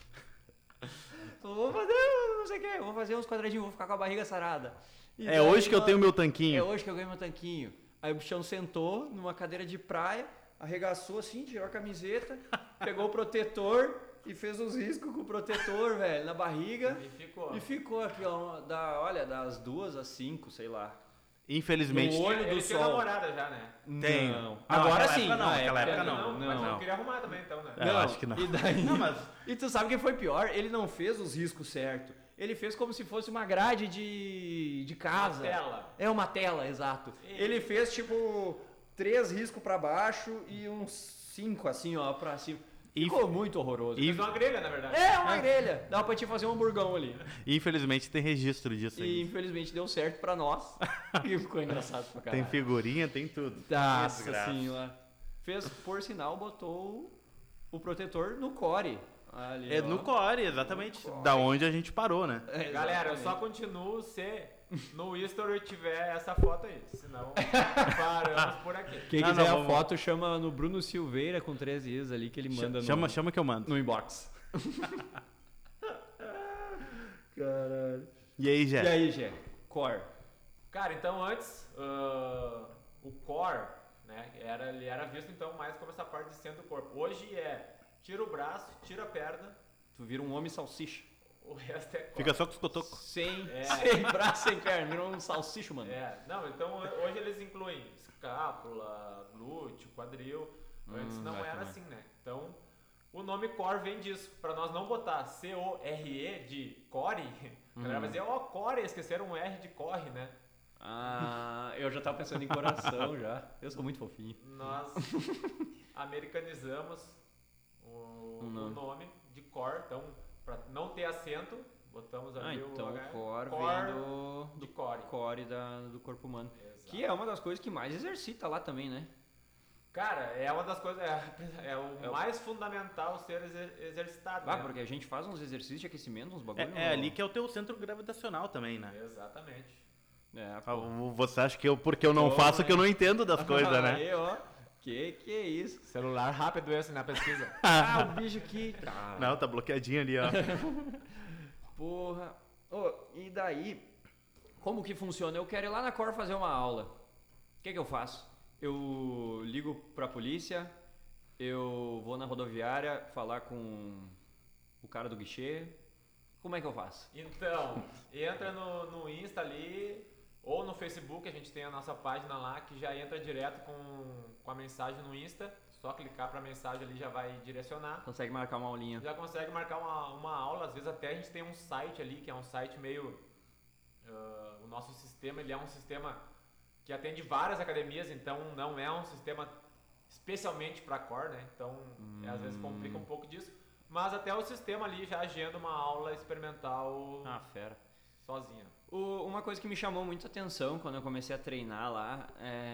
falou, vou fazer, um- não sei o que, vou fazer uns quadradinhos, vou ficar com a barriga sarada. E É daí hoje que eu nós- tenho meu É tanquinho. hoje que eu ganhei meu tanquinho. Aí o bichão sentou numa cadeira de praia, arregaçou assim, tirou a camiseta, pegou o protetor e fez os riscos com o protetor, velho, na barriga. E ficou. E ficou aqui, ó, da, olha, das duas às cinco, sei lá. Infelizmente. No olho Ele do tinha sol. namorada já, né? Tem. Não. Não, Agora naquela sim. época não, na naquela época época não, não. mas não. eu queria arrumar também, então, né? É, eu acho que não. E daí... Não, mas- E tu sabe o que foi pior? Ele não fez os riscos certo. Ele fez como se fosse uma grade de, de casa. Uma tela. É uma tela, exato. E- Ele fez tipo três riscos pra baixo e uns cinco assim, ó, pra cima. E- Ficou muito horroroso. e- Fez uma grelha, na verdade. É, uma grelha. Dava pra te fazer um hamburgão ali. Infelizmente tem registro disso E aí. infelizmente deu certo pra nós. E ficou engraçado pra caralho. Tem figurinha, tem tudo. Nossa Desgraça. senhora. Fez, por sinal, botou o protetor no core. Ali, É ó. no core, exatamente. core. Da onde a gente parou, né? É, Galera, eu só exatamente. continuo se no history tiver essa foto aí. Senão, paramos por aqui. Quem Não, quiser não, a vamos- foto, chama no Bruno Silveira com treze is ali que ele manda Chama, no, chama que eu mando. no inbox. Caralho. E aí, E Jé? aí, Gé? Core. Cara, então antes, ah, o core, né, era, ele era visto então mais como essa parte de centro do corpo. Hoje é tira o braço, tira a perna, Tu vira um homem salsicha. o resto é core. Fica só com os cotocos. Sem, É. sem braço, sem perna. Vira um salsicha, mano. É, não, então hoje eles incluem escápula, glúteo, quadril. Antes Hum, não vai era também. assim, né? Então, o nome core vem disso. Pra nós não botar C O R E de core, a galera vai dizer, ó, core, esqueceram um R de corre, né? Ah, eu já tava pensando em coração já. Eu sou muito fofinho. Nós americanizamos o, Um o nome. nome de core. Então, pra não ter acento, botamos juntamos Ah, ali o então H- o core, core vem do, de do core. core da, do corpo humano. Exato. Que é uma das coisas que mais exercita lá também, né? Cara, é uma das coisas, é, é o É o- mais fundamental ser exer- exercitado, Ah, né? porque a gente faz uns exercícios de aquecimento, uns bagulho. É, é ali que é o teu centro gravitacional também, né? Exatamente. É, Ah, pô. Você acha que eu, porque eu não Toma faço, que eu aí. não entendo das coisas, né? Aí, ó. Que que é isso? Celular rápido esse na pesquisa. Ah, o bicho aqui. Cara. Não, tá bloqueadinho ali, ó. Porra. Ô, e daí, como que funciona? Eu quero ir lá na Cor fazer uma aula. O que que eu faço? Eu ligo pra polícia, eu vou na rodoviária falar com o cara do guichê. Como é que eu faço? Então, entra no, no Insta ali ou no Facebook, a gente tem a nossa página lá que já entra direto com, com a mensagem no Insta. Só clicar pra mensagem ali já vai direcionar. Consegue marcar uma aulinha? Já consegue marcar uma, uma aula, às vezes até a gente tem um site ali, que é um site meio... ah, o nosso sistema, ele é um sistema que atende várias academias, então não é um sistema especialmente para core, né? Então, é, às vezes complica um pouco disso. Mas até o sistema ali já agenda uma aula experimental Ah, fera. sozinha. O- uma coisa que me chamou muito a atenção quando eu comecei a treinar lá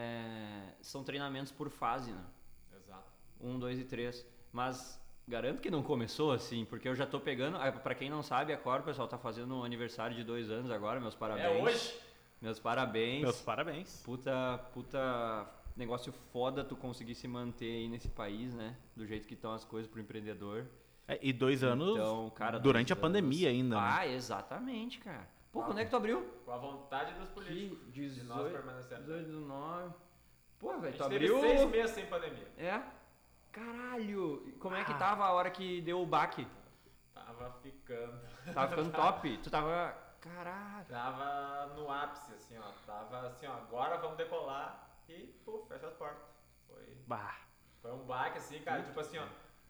é, são treinamentos por fase, né? Exato. Um, dois e três. Mas garanto que não começou assim, porque eu já tô pegando. ah, Pra quem não sabe, a Cor, pessoal, tá fazendo um aniversário de dois anos agora. Meus parabéns. É hoje? Meus parabéns. Meus parabéns. Puta, puta negócio foda tu conseguir se manter aí nesse país, né? Do jeito que estão as coisas pro empreendedor. É, e dois anos Então, cara, durante dois a pandemia anos. ainda, né? Ah, exatamente, cara. Pô, quando é que tu abriu? Com a vontade dos políticos Que de nós permanecermos. dezoito, dezenove. Pô, A velho, tu gente teve abriu. seis meses sem pandemia. É? Caralho! E como é que Ah. tava a hora que deu o baque? Tava ficando. Tava ficando top? Tu tava. Caralho! Tava no ápice, assim, ó. Tava assim, ó, agora vamos decolar e, pô, fecha as portas. Foi, Bah. foi um baque, assim, cara, tipo assim, ó.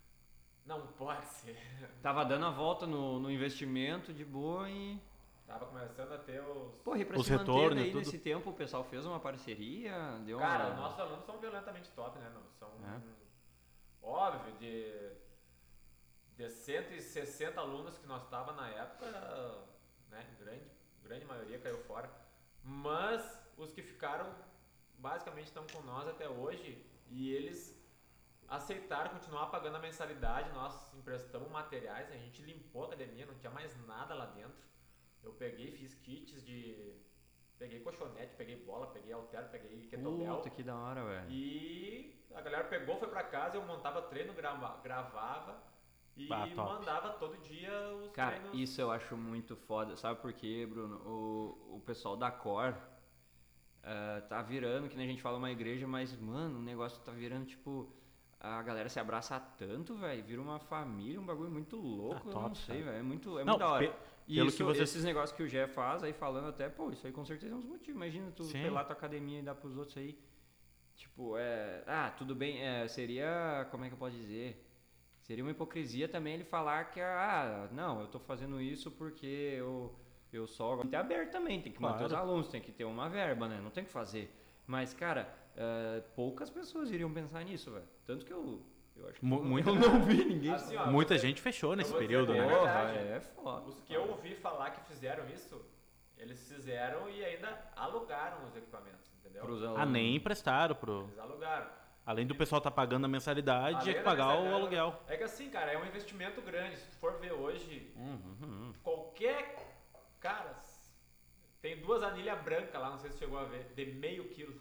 Não pode ser. Tava dando a volta no, no investimento de boa e. Tava começando a ter os... Porra, e pra Os se manter retornos, daí tudo. nesse tempo, o pessoal fez uma parceria, deu Cara, uma... os nossos alunos são violentamente top, né, meu? São, É. óbvio, de, de cento e sessenta alunos que nós tava na época, né, grande, grande maioria caiu fora. Mas os que ficaram, basicamente estão com nós até hoje e eles aceitaram continuar pagando a mensalidade. Nós emprestamos materiais, a gente limpou a academia, não tinha mais nada lá dentro. Eu peguei, fiz kits de... Peguei colchonete, peguei bola, peguei halter, peguei kettlebell. Puta, que da hora, velho. E a galera pegou, foi pra casa, eu montava treino, grava, gravava e Bah, top. mandava todo dia os Cara, treinos. isso eu acho muito foda. Sabe por quê, Bruno? O, o pessoal da Cor eh, tá virando, que nem a gente fala, uma igreja, mas, mano, o negócio tá virando, tipo... A galera se abraça tanto, velho. Vira uma família, um bagulho muito louco. Ah, eu top, não sei, cara. velho. É muito, é Não, muito da hora. pe- E pelo isso, que você- esses negócios que o Gé faz aí falando até, pô, isso aí com certeza é uns motivos. Imagina tu Sim. pelar tua academia e dar pros outros aí. Tipo, é. Ah, tudo bem. É, seria. Como é que eu posso dizer? Seria uma hipocrisia também ele falar que, ah, não, eu tô fazendo isso porque eu, eu só. Tem que ter aberto também, tem que manter os Claro. alunos, tem que ter uma verba, né? Não tem o que fazer. Mas, cara, é, poucas pessoas iriam pensar nisso, velho. Tanto que eu. Eu acho que Mu- eu, muito- eu não vi ninguém. Assim, ó, Muita você- gente fechou nesse vou dizer período, que né? é Porra, verdade. é foda. Os que eu ouvi falar que fizeram isso, eles fizeram e ainda alugaram os equipamentos, entendeu? Pros Ah, alunos. nem emprestaram pro... Eles alugaram. Além do pessoal tá pagando a mensalidade, Além tinha que da pagar o mensalidade, aluguel. É que assim, cara, é um investimento grande. Se tu for ver hoje, Uhum, uhum. qualquer... Cara, tem duas anilhas brancas lá, não sei se chegou a ver, de meio quilo,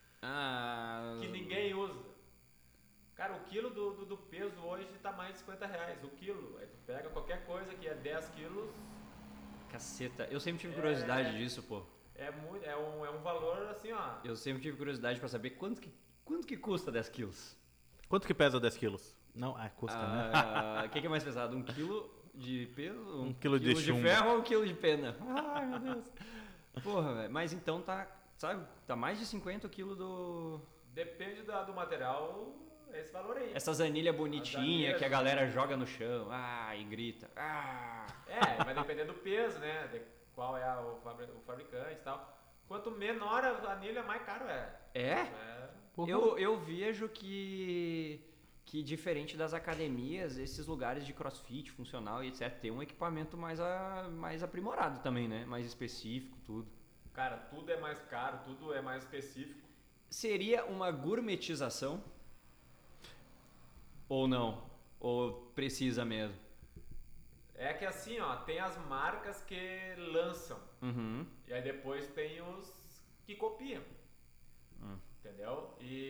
Ah. que ninguém usa. Cara, o quilo do, do, do peso hoje tá mais de cinquenta reais, o quilo. Aí tu pega qualquer coisa que é dez quilos, Caceta, eu sempre tive curiosidade disso, pô. é, muito, é, um, é um valor assim, ó. Eu sempre tive curiosidade pra saber quanto que, quanto que custa dez quilos. Quanto que pesa dez quilos? Não, ah, custa, né? Ah, O que, que é mais pesado? Um quilo de peso? Um quilo de chumbo. ferro ou um quilo de pena? Ai, meu Deus. Porra, velho. Mas então tá, sabe, tá mais de cinquenta o quilo do... Depende da, do material, é esse valor aí. Essas anilhas bonitinhas anilhas- que a galera joga no chão. Ah, e grita. Ah. É, vai depender do peso, né? De qual é a- o, fabri- o fabricante e tal. Quanto menor a anilha, mais caro é. É? É. Porra. Eu, eu vejo que que diferente das academias, esses lugares de crossfit, funcional e etcétera, tem um equipamento mais, a, mais aprimorado também, né? Mais específico, tudo. Cara, tudo é mais caro, tudo é mais específico. Seria uma gourmetização? Ou não? Ou precisa mesmo? É que assim, ó, tem as marcas que lançam. Uhum. E aí depois tem os que copiam. Hum. Entendeu?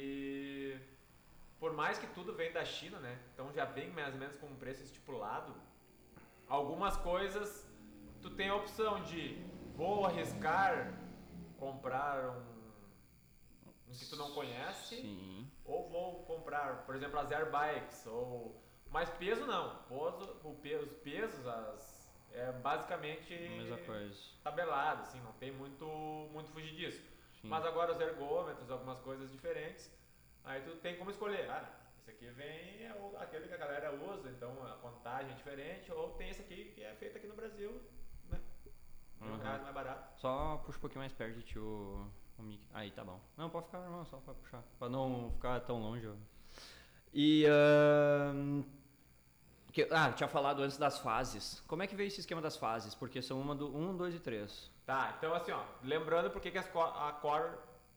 E por mais que tudo vem da China, né? Então já vem mais ou menos com um preço estipulado. Algumas coisas tu tem a opção de vou arriscar comprar um, um que tu não conhece. Sim. Ou vou comprar, por exemplo, as airbikes. Ou... Mas peso não. Poso, o pe, os pesos as, é basicamente A mesma coisa. tabelado, assim, não tem muito, muito fugir disso. Sim. Mas agora os ergômetros, algumas coisas diferentes, aí tu tem como escolher. Ah, esse aqui vem é o, aquele que a galera usa, então a contagem é diferente, ou tem esse aqui que é feito aqui no Brasil, né? Tem um Uhum. reais mais barato. Só puxa um pouquinho mais perto de ti o, o mic. Aí, tá bom. Não, pode ficar normal, só pra puxar. Pra não ficar tão longe. Ó. E... ahn, que, ah, tinha falado antes das fases. Como é que veio esse esquema das fases? Porque são uma do um, dois e três. Tá, então assim, ó, lembrando porque que as co- a Core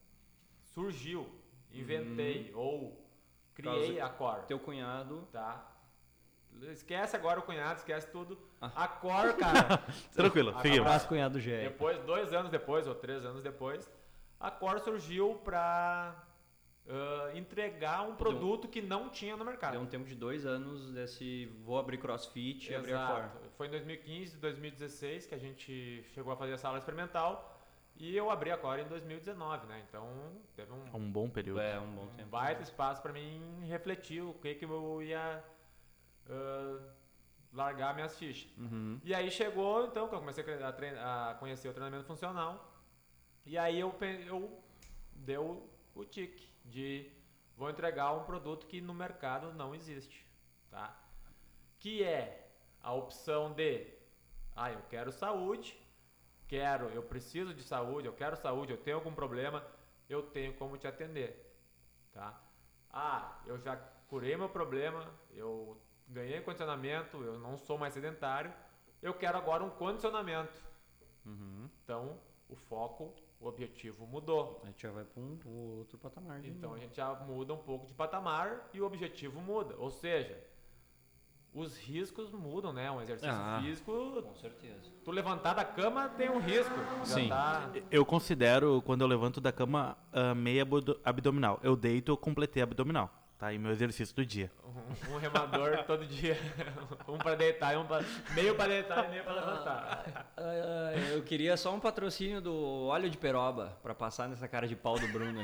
surgiu, inventei ou criei Causa- a Core, Teu cunhado... tá? Esquece agora o cunhado, esquece tudo. Ah. A Core, cara, Tranquilo, a- seguimos. Abraço, cunhado Gé. depois, dois anos depois, ou três anos depois, a Core surgiu pra uh, entregar um produto que não tinha no mercado. Deu um tempo de dois anos desse vou abrir crossfit e abrir a Exato. Core. Foi em dois mil e quinze, dois mil e dezesseis que a gente chegou a fazer a sala experimental e eu abri a Core em dois mil e dezenove, né? Então teve um, Um bom período. É, um bom um tempo. baita espaço para mim refletir o que, que eu ia uh, largar minhas fichas. Uhum. E aí chegou, então, que eu comecei a, treina, a conhecer o treinamento funcional. E aí eu, pe- eu deu o tique de vou entregar um produto que no mercado não existe, tá? Que é a opção de, ah, eu quero saúde, quero, eu preciso de saúde, eu quero saúde, eu tenho algum problema, eu tenho como te atender, tá? Ah, eu já curei meu problema, eu ganhei condicionamento, eu não sou mais sedentário, eu quero agora um condicionamento. Uhum. Então, o foco, o objetivo mudou. A gente já vai para um um outro patamar. de Então, novo. a gente já muda um pouco de patamar e o objetivo muda. Ou seja, os riscos mudam, né? Um exercício Ah. físico, Com certeza. tu levantar da cama tem um risco. Já Sim. tá- Eu considero, quando eu levanto da cama, ah, meia abdo- abdominal. Eu deito, eu completei a abdominal. Tá aí meu exercício do dia. um, um remador todo dia. Um pra deitar e um pra... Meio pra deitar e meio pra levantar. Ah, ah, eu queria só um patrocínio do óleo de peroba pra passar nessa cara de pau do Bruno ali.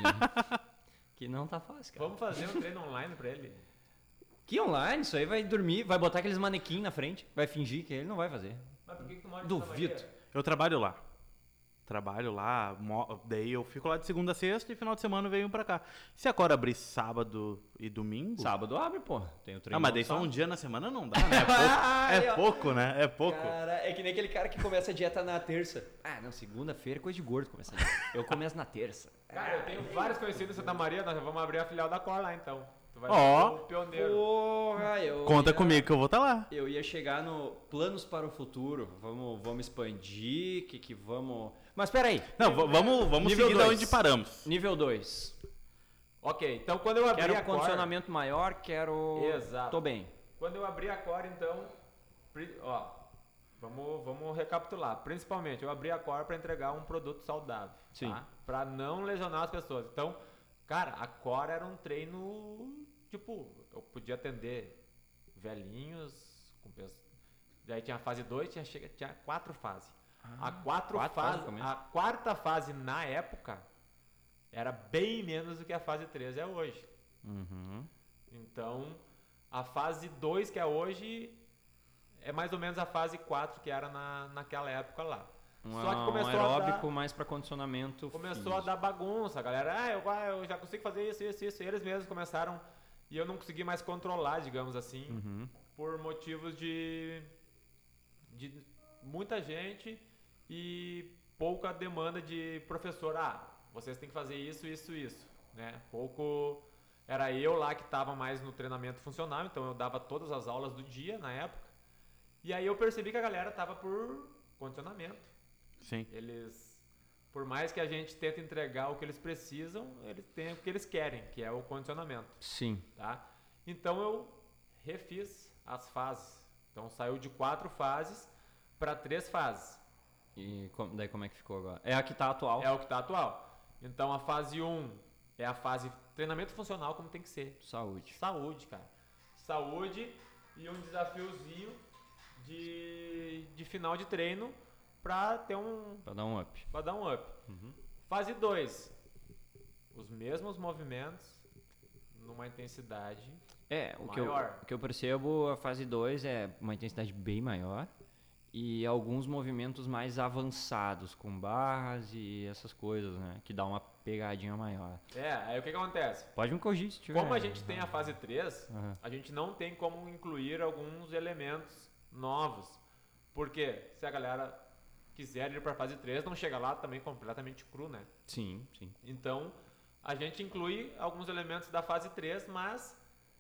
Que não tá fácil, cara. Vamos fazer um treino online pra ele? Que online? Isso aí vai dormir, vai botar aqueles manequim na frente, vai fingir que ele não vai fazer. Mas por que que tu mora em Duvido. Santa Maria? Eu trabalho lá. Trabalho lá, mo- daí eu fico lá de segunda a sexta e final de semana eu venho pra cá. Se a Cora abrir sábado e domingo... Sábado abre, pô. Tem o treino. Ah, mas no daí só um sábado. dia na semana não dá, né? É pouco, Aí, é ó. pouco, né? É pouco. Cara, é que nem aquele cara que começa a dieta na terça. Ah, não, segunda-feira é coisa de gordo começar a dieta. Eu começo na terça. Cara, eu tenho vários conhecidos em Santa Maria, nós vamos abrir a filial da Cor lá então. Tu vai Ó. ser o pioneiro. Porra, eu Conta ia- comigo que eu vou estar lá. Eu ia chegar no planos para o futuro. Vamos, vamos expandir, que que vamos... Mas peraí, Não, v- vamos, vamos Nível seguir da dois. onde paramos. nível dois. Ok, então quando eu abri Quero a Core... condicionamento maior, quero... Exato. Tô bem. Quando eu abri a Core, então, pri- ó, vamos, vamos recapitular. Principalmente, eu abri a Core para entregar um produto saudável, Sim. tá? Para não lesionar as pessoas. Então, cara, a Core era um treino, tipo, eu podia atender velhinhos, com pessoas. Daí tinha a fase dois, tinha, chega, tinha quatro fases. a quatro quatro fase, fases também? a quarta fase na época era bem menos do que a fase três é hoje. Uhum. Então, a fase dois que é hoje é mais ou menos a fase quatro que era na, naquela época lá. Um, Só que começou um aeróbico a dar, mais para condicionamento começou a físico. dar bagunça, a galera, ah, eu, ah, eu já consigo fazer isso, isso, isso. E eles mesmos começaram e eu não consegui mais controlar, digamos assim, Uhum. por motivos de, de muita gente e pouca demanda de professor. Ah, vocês têm que fazer isso, isso, isso, né? Pouco... era eu lá que estava mais no treinamento funcional, então eu dava todas as aulas do dia na época. E aí eu percebi que a galera tava por condicionamento. Sim. Eles, por mais que a gente tente entregar o que eles precisam, eles têm o que eles querem, que é o condicionamento. Sim. Tá? Então eu refiz as fases. Então saiu de quatro fases para três fases. E com- daí como é que ficou agora? É a que tá atual. É o que está atual. Então a fase um é a fase treinamento funcional como tem que ser. Saúde. Saúde, cara. Saúde e um desafiozinho de, de final de treino para ter um Pra dar um up. para dar um up. Uhum. Fase dois. Os mesmos movimentos numa intensidade É, o que, eu, maior. o que eu percebo, a fase dois é uma intensidade bem maior e alguns movimentos mais avançados, com barras e essas coisas, né? Que dá uma pegadinha maior. É, aí o que, que acontece? Pode me corrigir se tiver. Como a gente tem a fase três, Aham. a gente não tem como incluir alguns elementos novos. Porque se a galera quiser ir para a fase três, não chega lá também completamente cru, né? Sim, sim. Então, a gente inclui alguns elementos da fase três, mas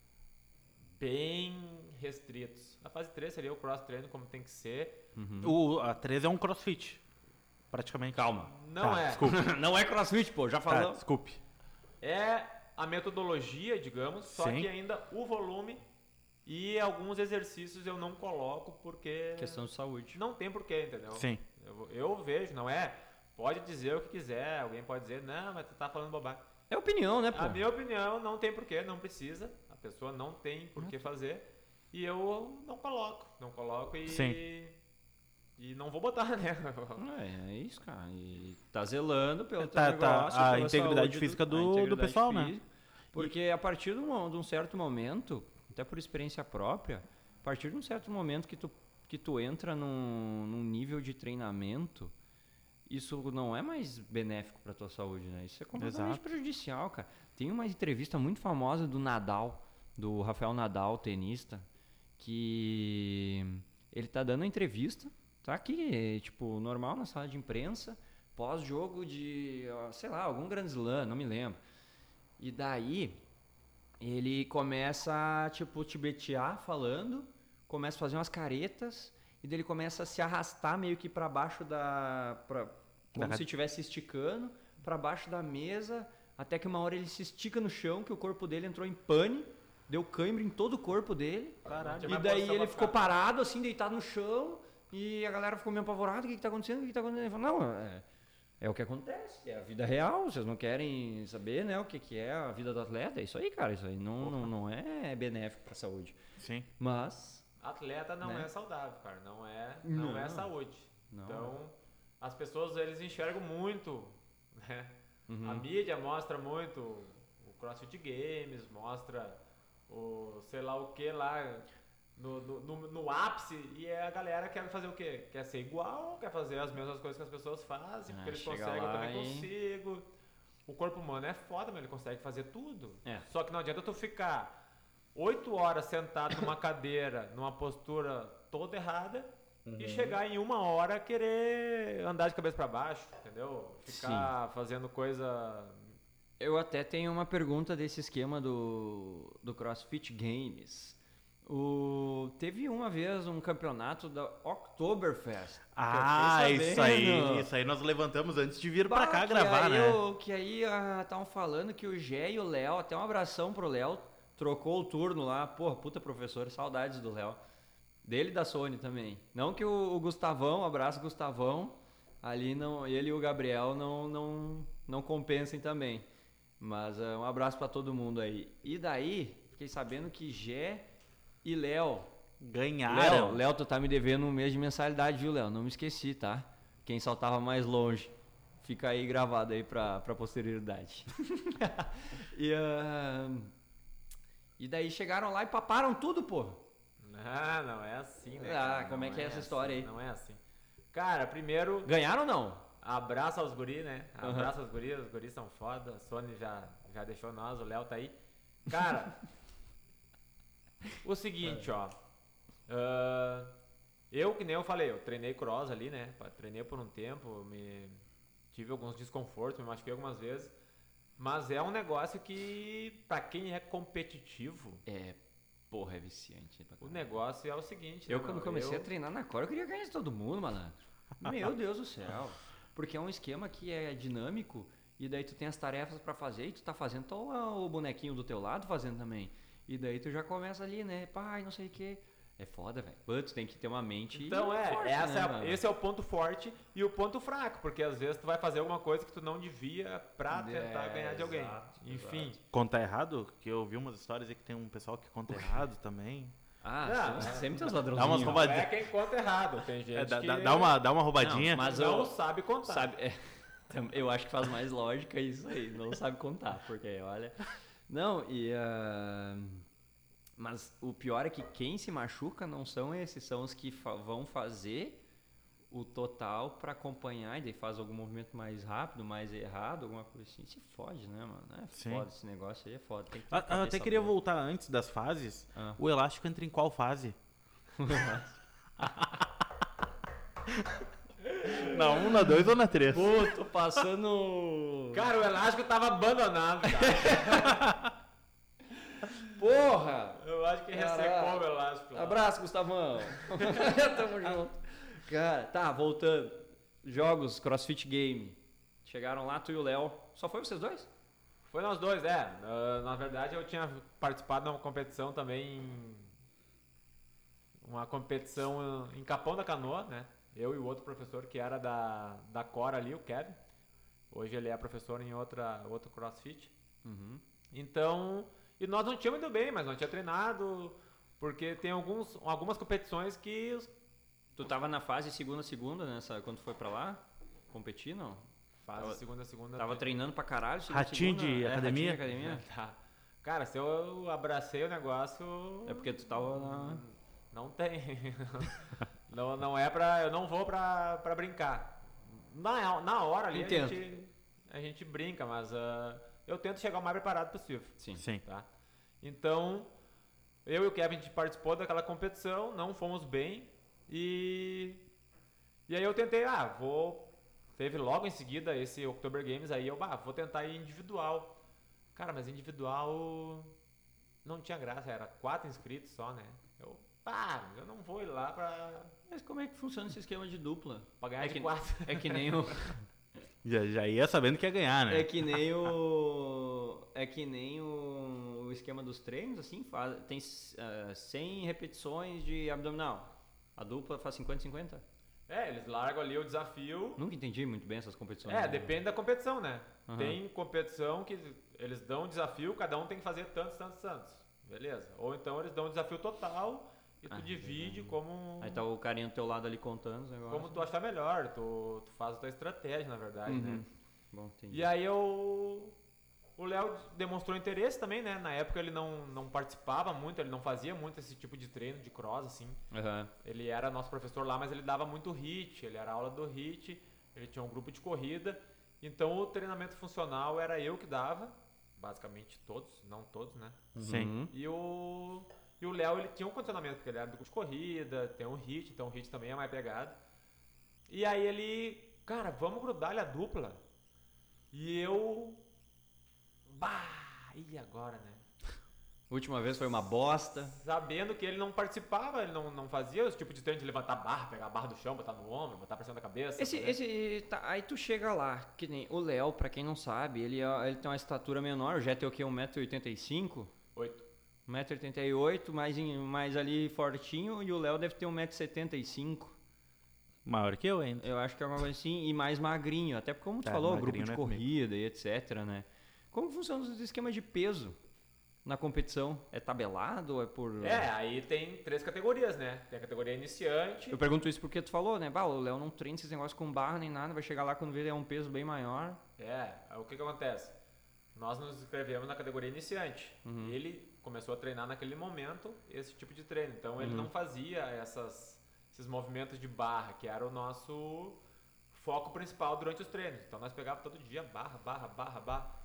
bem restritos. A fase três seria o cross-treino como tem que ser. O, a três é um crossfit, praticamente. Calma. Não Tá, é. Desculpe. Não é crossfit, pô, já Tá, falou. desculpe. É a metodologia, digamos, só Sim. que ainda o volume e alguns exercícios eu não coloco porque Questão de saúde. não tem porquê, entendeu? Sim. Eu, eu vejo, não é? Pode dizer o que quiser, alguém pode dizer, não, mas tu tá falando bobagem. É opinião, né, pô? A minha opinião, não tem porquê, não precisa. A pessoa não tem por que fazer. E eu não coloco. Não coloco e. Sim. E não vou botar, né? É, é isso, cara. E tá zelando pelo Tá, teu tá. negócio, A pela integridade saúde física do- a do integridade pessoal, né? física. Porque a partir de um, de um certo momento, até por experiência própria, a partir de um certo momento que tu, que tu entra num, num nível de treinamento, isso não é mais benéfico pra tua saúde, né? Isso é completamente Exato. prejudicial, cara. Tem uma entrevista muito famosa do Nadal, do Rafael Nadal, tenista, que ele tá dando a entrevista, tá aqui, tipo, normal na sala de imprensa, pós-jogo de, ó, sei lá, algum Grand Slam, não me lembro. E daí ele começa, tipo, tibetear falando, começa a fazer umas caretas, e daí ele começa a se arrastar meio que pra baixo da... Pra, como Da- se estivesse esticando, pra baixo da mesa, até que uma hora ele se estica no chão, que o corpo dele entrou em pane, deu cãibra em todo o corpo dele. Caralho. E daí ele ficou parado, assim, deitado no chão, e a galera ficou meio apavorada, o que que tá acontecendo, o que que tá acontecendo? Ele falou, não, é, é o que acontece, é a vida real, vocês não querem saber, né, o que que é a vida do atleta, é isso aí, cara, isso aí não, não, não é benéfico pra saúde. Sim. Mas, Atleta não Né? é saudável, cara. Não é, não Não. é saúde. Não. Então, as pessoas, eles enxergam muito, né? Uhum. A mídia mostra muito o CrossFit Games, mostra o sei lá o que lá no, no, no, no ápice, e a galera quer fazer o quê? Quer ser igual, quer fazer as mesmas coisas que as pessoas fazem, Ah, porque eles chega conseguem, eu lá também e- consigo. O corpo humano é foda, mas ele consegue fazer tudo. É. Só que não adianta tu ficar oito horas sentado numa cadeira, numa postura toda errada, e chegar em uma hora querer andar de cabeça pra baixo, entendeu? Ficar fazendo coisa. eu até tenho uma pergunta desse esquema do, do CrossFit Games. O, teve uma vez um campeonato da Oktoberfest. que eu Ah, fiquei isso aí. sabendo. Isso aí nós levantamos antes de vir pra Bah, cá que gravar, aí né? o- que aí estavam falando que o Gé e o Léo, até um abração pro Léo, trocou o turno lá. Porra, puta professor, saudades do Léo. Dele e da Sony também. Não que o, o Gustavão, abraço Gustavão, ali não, ele e o Gabriel não, não, não compensem também. Mas é, um abraço pra todo mundo aí. E daí, fiquei sabendo que Gé e Léo. Ganharam. Léo, Léo, tu tá me devendo um mês de mensalidade, viu, Léo? Não me esqueci, tá? Quem saltava mais longe. Fica aí gravado aí pra, pra posterioridade. e, ah, e daí chegaram lá e paparam tudo, pô. Ah, não é assim, né? Ah, cara? como é Não que é essa história assim, aí? Não é assim. Cara, primeiro, Ganharam ou não? abraço aos guris, né? Aham. Abraço aos guris, os guris são foda. A Sony já, já deixou nós, o Léo tá aí. Cara, o seguinte, ó. ah, eu, que nem eu falei, eu treinei cross ali, né? Treinei por um tempo, me tive alguns desconfortos, me machuquei algumas vezes. Mas é um negócio que, pra quem é competitivo, É, porra, é viciante. pra o caralho. negócio é o seguinte, Eu, né, quando meu? comecei Eu- a treinar na Core, eu queria ganhar de todo mundo, malandro. Meu Deus do céu. Porque é um esquema que é dinâmico e daí tu tem as tarefas pra fazer e tu tá fazendo, tá o o bonequinho do teu lado fazendo também. E daí tu já começa ali, né? Pai, não sei o quê. É foda, velho. Pô, tu tem que ter uma mente Então é, forte, essa né, é a- mano? esse é o ponto forte e o ponto fraco, porque às vezes tu vai fazer alguma coisa que tu não devia pra tentar É, ganhar de alguém. exato, Enfim. Conta errado? Que eu vi umas histórias aí que tem um pessoal que conta errado também. Ah, Não, sempre, é. sempre tem os Dá umas ladrãozinhos. rouba- Não é quem conta errado, tem gente É, dá, que dá- dá uma, dá uma roubadinha. Não, mas não eu- sabe contar. Sabe, é, tam- eu acho que faz mais lógica isso aí, não sabe contar, porque olha. Não, e. ah, mas o pior é que quem se machuca não são esses, são os que fa- vão fazer o total pra acompanhar e daí faz algum movimento mais rápido, mais errado, alguma coisa assim. Se fode, né, mano? É Sim. foda esse negócio aí, é foda. Tem que ter Ah, eu cabeça até queria boa. voltar antes das fases. Ah. O elástico entra em qual fase? Na um, na dois ou na três? Pô, tô passando. Cara, o elástico tava abandonado, cara. Porra! Eu acho que Caraca. ressecou o elástico. lá. Abraço, Gustavão. Tamo junto. Cara, tá, voltando. Jogos, CrossFit Game. Chegaram lá, tu e o Léo. Só foi vocês dois? Foi nós dois, é. Ah, na verdade, eu tinha participado de uma competição também. em- Uma competição em Capão da Canoa, né? Eu e o outro professor que era da, da Cora ali, o Kevin. Hoje ele é professor em outra, outro CrossFit. Uhum. Então, e nós não tínhamos ido bem, mas não tinha treinado, porque tem alguns, algumas competições que os- Tu tava na fase segunda segunda nessa quando tu foi pra lá? Competir, não? fazem Tava- segunda, segunda. Tava tem- treinando pra caralho, segunda Ratinho segunda? de É, academia? ratinho de academia? Tá. Cara, se eu abracei o negócio. É porque tu tava na... Não tem. não, não é pra. Eu não vou pra, pra brincar. Na, na hora ali a Entendo. gente, a gente brinca, mas ah, eu tento chegar o mais preparado possível. Sim. Sim. Tá? Então, eu e o Kevin a gente participou daquela competição, não fomos bem. E. E aí eu tentei, ah, vou. Teve logo em seguida esse October Games, aí eu, bah, vou tentar ir individual. Cara, mas individual não tinha graça, era quatro inscritos só, né? Eu, pá, eu não vou ir lá pra, Mas como é que funciona esse esquema de dupla? pra ganhar É de que- quatro. É que nem o... Já, já ia sabendo que ia ganhar, né? É que nem o. É que nem o, o esquema dos treinos, assim, faz, tem ah, cem repetições de abdominal. A dupla faz cinquenta cinquenta? É, eles largam ali o desafio. Nunca entendi muito bem essas competições. É, né? depende da competição, né? Aham. Tem competição que eles dão um desafio, cada um tem que fazer tantos, tantos, tantos. Beleza. Ou então eles dão um desafio total e tu Ah, divide entendi. como, Aí tá o carinha do teu lado ali contando os negócios. como tu achar melhor. Tu, tu faz a tua estratégia, na verdade, Uhum. né? Bom, entendi. E aí eu... O Léo demonstrou interesse também, né? Na época ele não, não participava muito, ele não fazia muito esse tipo de treino de cross, assim. Aham. Ele era nosso professor lá, mas ele dava muito hit, ele era aula do hit, ele tinha um grupo de corrida. Então o treinamento funcional era eu que dava, basicamente todos, não todos, né? Sim. Uhum. E o e o Léo, ele tinha um condicionamento, porque ele era do grupo de corrida, tem um hit, então o hit também é mais pegado. E aí ele, cara, vamos grudar ele a dupla. E eu, bah, e agora, né? Última vez foi uma bosta. Sabendo que ele não participava, ele não, não fazia os tipos de treino de levantar barra, pegar a barra do chão, botar no ombro, botar pra cima da cabeça. Esse, né? esse, tá, aí tu chega lá, que nem o Léo, pra quem não sabe, ele, é- ele tem uma estatura menor, o Jet é o quê? um metro e oitenta e cinco? Oito. um metro e oitenta e oito, mais, em- mais ali fortinho, e o Léo deve ter um metro e setenta e cinco. Maior que eu ainda. Eu acho que é uma coisa assim, e mais magrinho, até porque como tu Tá, falou, grupo magrinho de não é comigo. corrida e etc, né? Como funciona os esquemas de peso na competição? É tabelado ou é por... É, aí tem três categorias, né? Tem a categoria iniciante. Eu pergunto isso porque tu falou, né? Bah, o Léo não treina esses negócios com barra nem nada, vai chegar lá quando vê é um peso bem maior. É, aí o que que acontece? Nós nos inscrevemos na categoria iniciante. Uhum. Ele começou a treinar naquele momento esse tipo de treino. Então ele Uhum. não fazia essas, esses movimentos de barra, que era o nosso foco principal durante os treinos. Então nós pegávamos todo dia barra, barra, barra, barra.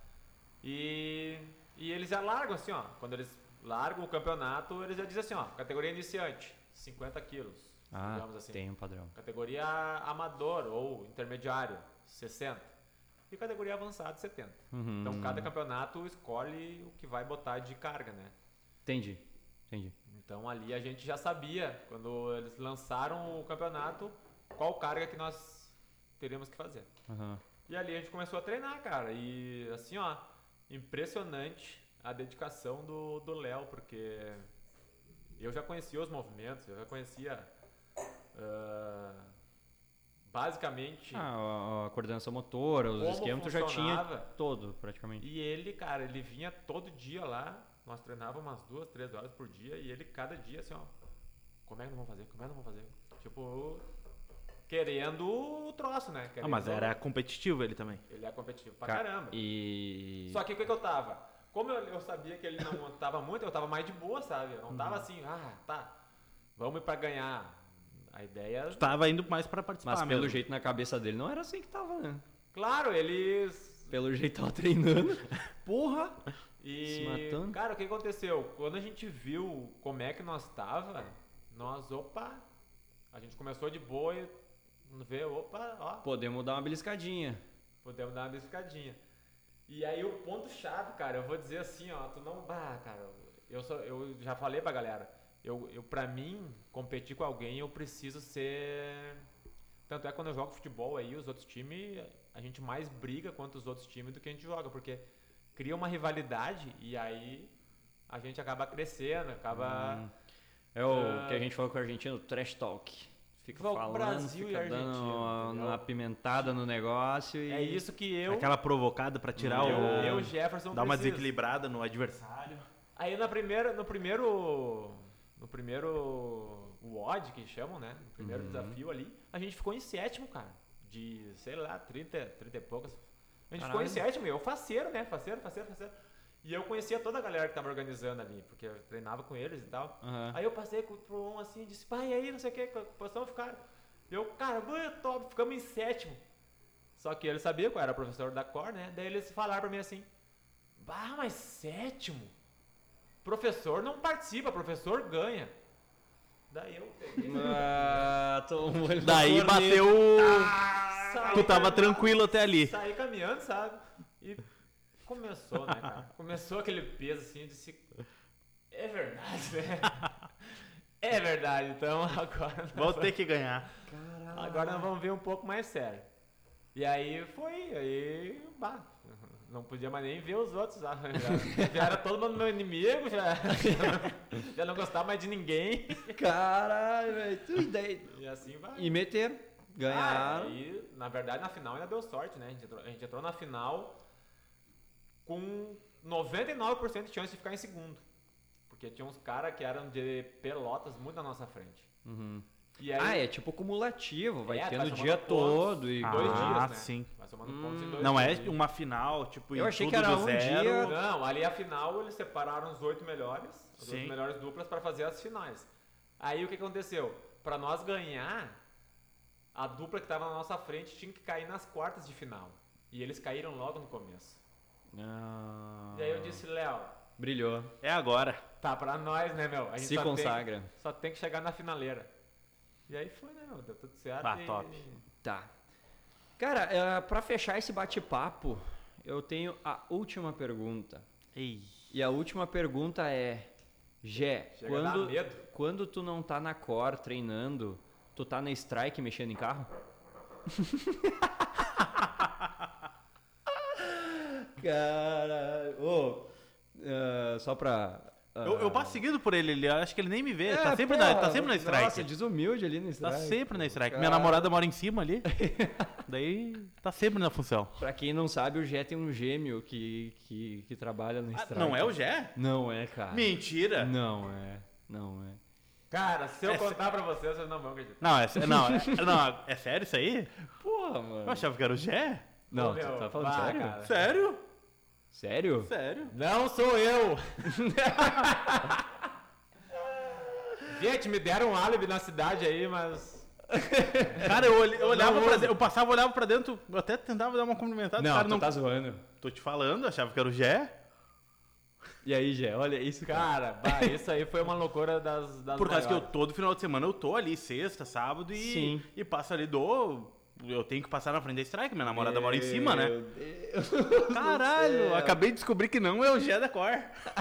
E, e eles já largam assim, ó. Quando eles largam o campeonato, eles já dizem assim, ó, categoria iniciante, cinquenta quilos, digamos assim. tem um padrão. Categoria amador ou intermediário, sessenta. e categoria avançada setenta. Uhum. Então cada campeonato escolhe o que vai botar de carga, né? Entendi, entendi. Então ali a gente já sabia, quando eles lançaram o campeonato, qual carga que nós teríamos que fazer. Uhum. E ali a gente começou a treinar, cara. E assim, ó, impressionante a dedicação do do Léo, porque eu já conhecia os movimentos, eu já conhecia uh, basicamente Ah, a, a coordenação motora, os como esquemas, tu já tinha funcionava. todo, praticamente. E ele, cara, ele vinha todo dia lá, nós treinávamos umas duas, três horas por dia, e ele cada dia assim, ó, como é que nós vamos fazer? Como é que nós vamos fazer? Tipo, querendo o troço, né? Querendo Ah, mas era competitivo ele também. Ele é competitivo pra Ca- caramba. E... Só que o que, que eu tava? Como eu, eu sabia que ele não tava muito, eu tava mais de boa, sabe? Eu não tava assim, ah, tá, vamos ir pra ganhar. A ideia... Tu tava indo mais pra participar Mas pelo mesmo. jeito na cabeça dele não era assim que tava, né? Claro, eles... Pelo jeito tava treinando. Porra! E, Se matando. cara, o que aconteceu? Quando a gente viu como é que nós tava, nós, opa, a gente começou de boa e vê, opa, ó, Podemos dar uma beliscadinha. podemos dar uma biscadinha. E aí o ponto-chave, cara, eu vou dizer assim, ó, tu não... Ah, cara, eu, só, eu já falei pra galera, eu, eu, pra mim, competir com alguém, eu preciso ser... Tanto é quando eu jogo futebol aí, os outros times, a gente mais briga contra os outros times do que a gente joga, porque cria uma rivalidade e aí a gente acaba crescendo, acaba... Hum. É o Ah. que a gente falou com o argentino, trash talk. Fica Igual falando, Brasil e fica dando Argentina, uma, entendeu? uma apimentada no negócio e... É isso que eu... Aquela provocada pra tirar eu, o... eu, Jefferson, dar uma preciso. desequilibrada no adversário. Aí na primeira, no primeiro, no primeiro W O D que chamam, né? No primeiro Uhum. desafio ali, a gente ficou em sétimo, cara. De, sei lá, trinta, trinta e poucas. A gente Caralho. ficou em sétimo, eu faceiro, né? Faceiro, faceiro, faceiro. E eu conhecia toda a galera que tava organizando ali, porque eu treinava com eles e tal. Aham. Aí eu passei pro pro um assim e disse, pai, e aí, não sei o que, que posição ficaram? Eu, cara, "Ué, top, ficamos em sétimo. Só que ele sabia que eu era professor da Cor, né? Daí eles falaram pra mim assim, bah, mas sétimo? Professor não participa, professor ganha. Daí eu peguei. Ah, tomou ele na Daí corneta. bateu... saí Tu tava caminhando- tranquilo até ali. Saí caminhando, sabe? E começou, né, cara? Começou aquele peso assim, eu disse. É verdade, né? É verdade, então agora. Vou ter que ganhar. Agora nós vamos ver um pouco mais sério. E aí foi, aí. Bah, não podia mais nem ver os outros. Já, já, já era todo mundo meu inimigo, já, já não gostava mais de ninguém. Caralho, velho. Tu- E, daí- E assim vai. e meteram. Ganharam. Ah, e na verdade na final ainda deu sorte, né? A gente entrou, a gente entrou na final com noventa e nove por cento de chance de ficar em segundo. Porque tinha uns caras que eram de Pelotas muito na nossa frente. Uhum. E aí, Ah, é tipo cumulativo, vai É, tu tendo vai o somando dia pontos. todo e... Ah, dois dias, né? sim. Vai somando pontos em Hum. dois Não é dias. uma final, tipo, Eu e achei tudo que era do um zero. dia. Não, ali a final eles separaram os oito melhores, as Sim. oito melhores duplas para fazer as finais. Aí o que aconteceu? Para nós ganhar, a dupla que estava na nossa frente tinha que cair nas quartas de final. E eles caíram logo no começo. Ah. E aí eu disse, Léo, Brilhou. É agora. tá pra nós, né, meu? A gente Se só consagra. Tem, só tem que chegar na finaleira. E aí foi, né, meu? Deu tudo certo. Ah, e... top. Tá. Cara, é, pra fechar esse bate-papo, eu tenho a última pergunta. Ei. E a última pergunta é... Gé, Chega a dar quando, medo. quando tu não tá na Cor treinando, tu tá na Strike mexendo em carro? Caralho. Ô, ah, só pra... ah, Eu, eu passo seguido por ele, ele, eu acho que ele nem me vê. é, tá, sempre pô, na, tá sempre na strike. Nossa, desumilde ali na Tá Strike. sempre na strike. Cara. Minha namorada mora em cima ali. Daí tá sempre na função. Pra quem não sabe, o Gé tem um gêmeo que, que, que trabalha na Ah, Strike. não é o Gé? Não é, cara. Mentira. Não é. Não é. Cara, se eu É contar pra vocês, vocês não vão acreditar. Não, é, sé- não, é, não, é sério isso aí? Porra, mano. Eu achava que era o Gé. Não, Ô, tu meu, tá falando vá, sério? cara. Sério? Sério? Sério. Não sou eu! Gente, me deram um álibi na cidade aí, mas... Cara, eu, olhe- eu olhava Não pra uso. dentro, eu passava, olhava pra dentro, eu até tentava dar uma cumprimentada, Não, cara, tu não... tá zoando. Tô te falando, eu achava que era o Gé. E aí, Gé, olha isso, cara. Cara, bah, isso aí foi uma loucura das, das Por causa que eu maiores. todo final de semana eu tô ali, sexta, sábado, e, Sim. e passo ali, dou eu tenho que passar na frente da strike, minha namorada mora em cima, né? Meu Deus. Caralho, acabei de descobrir que não é o Gé da Cor.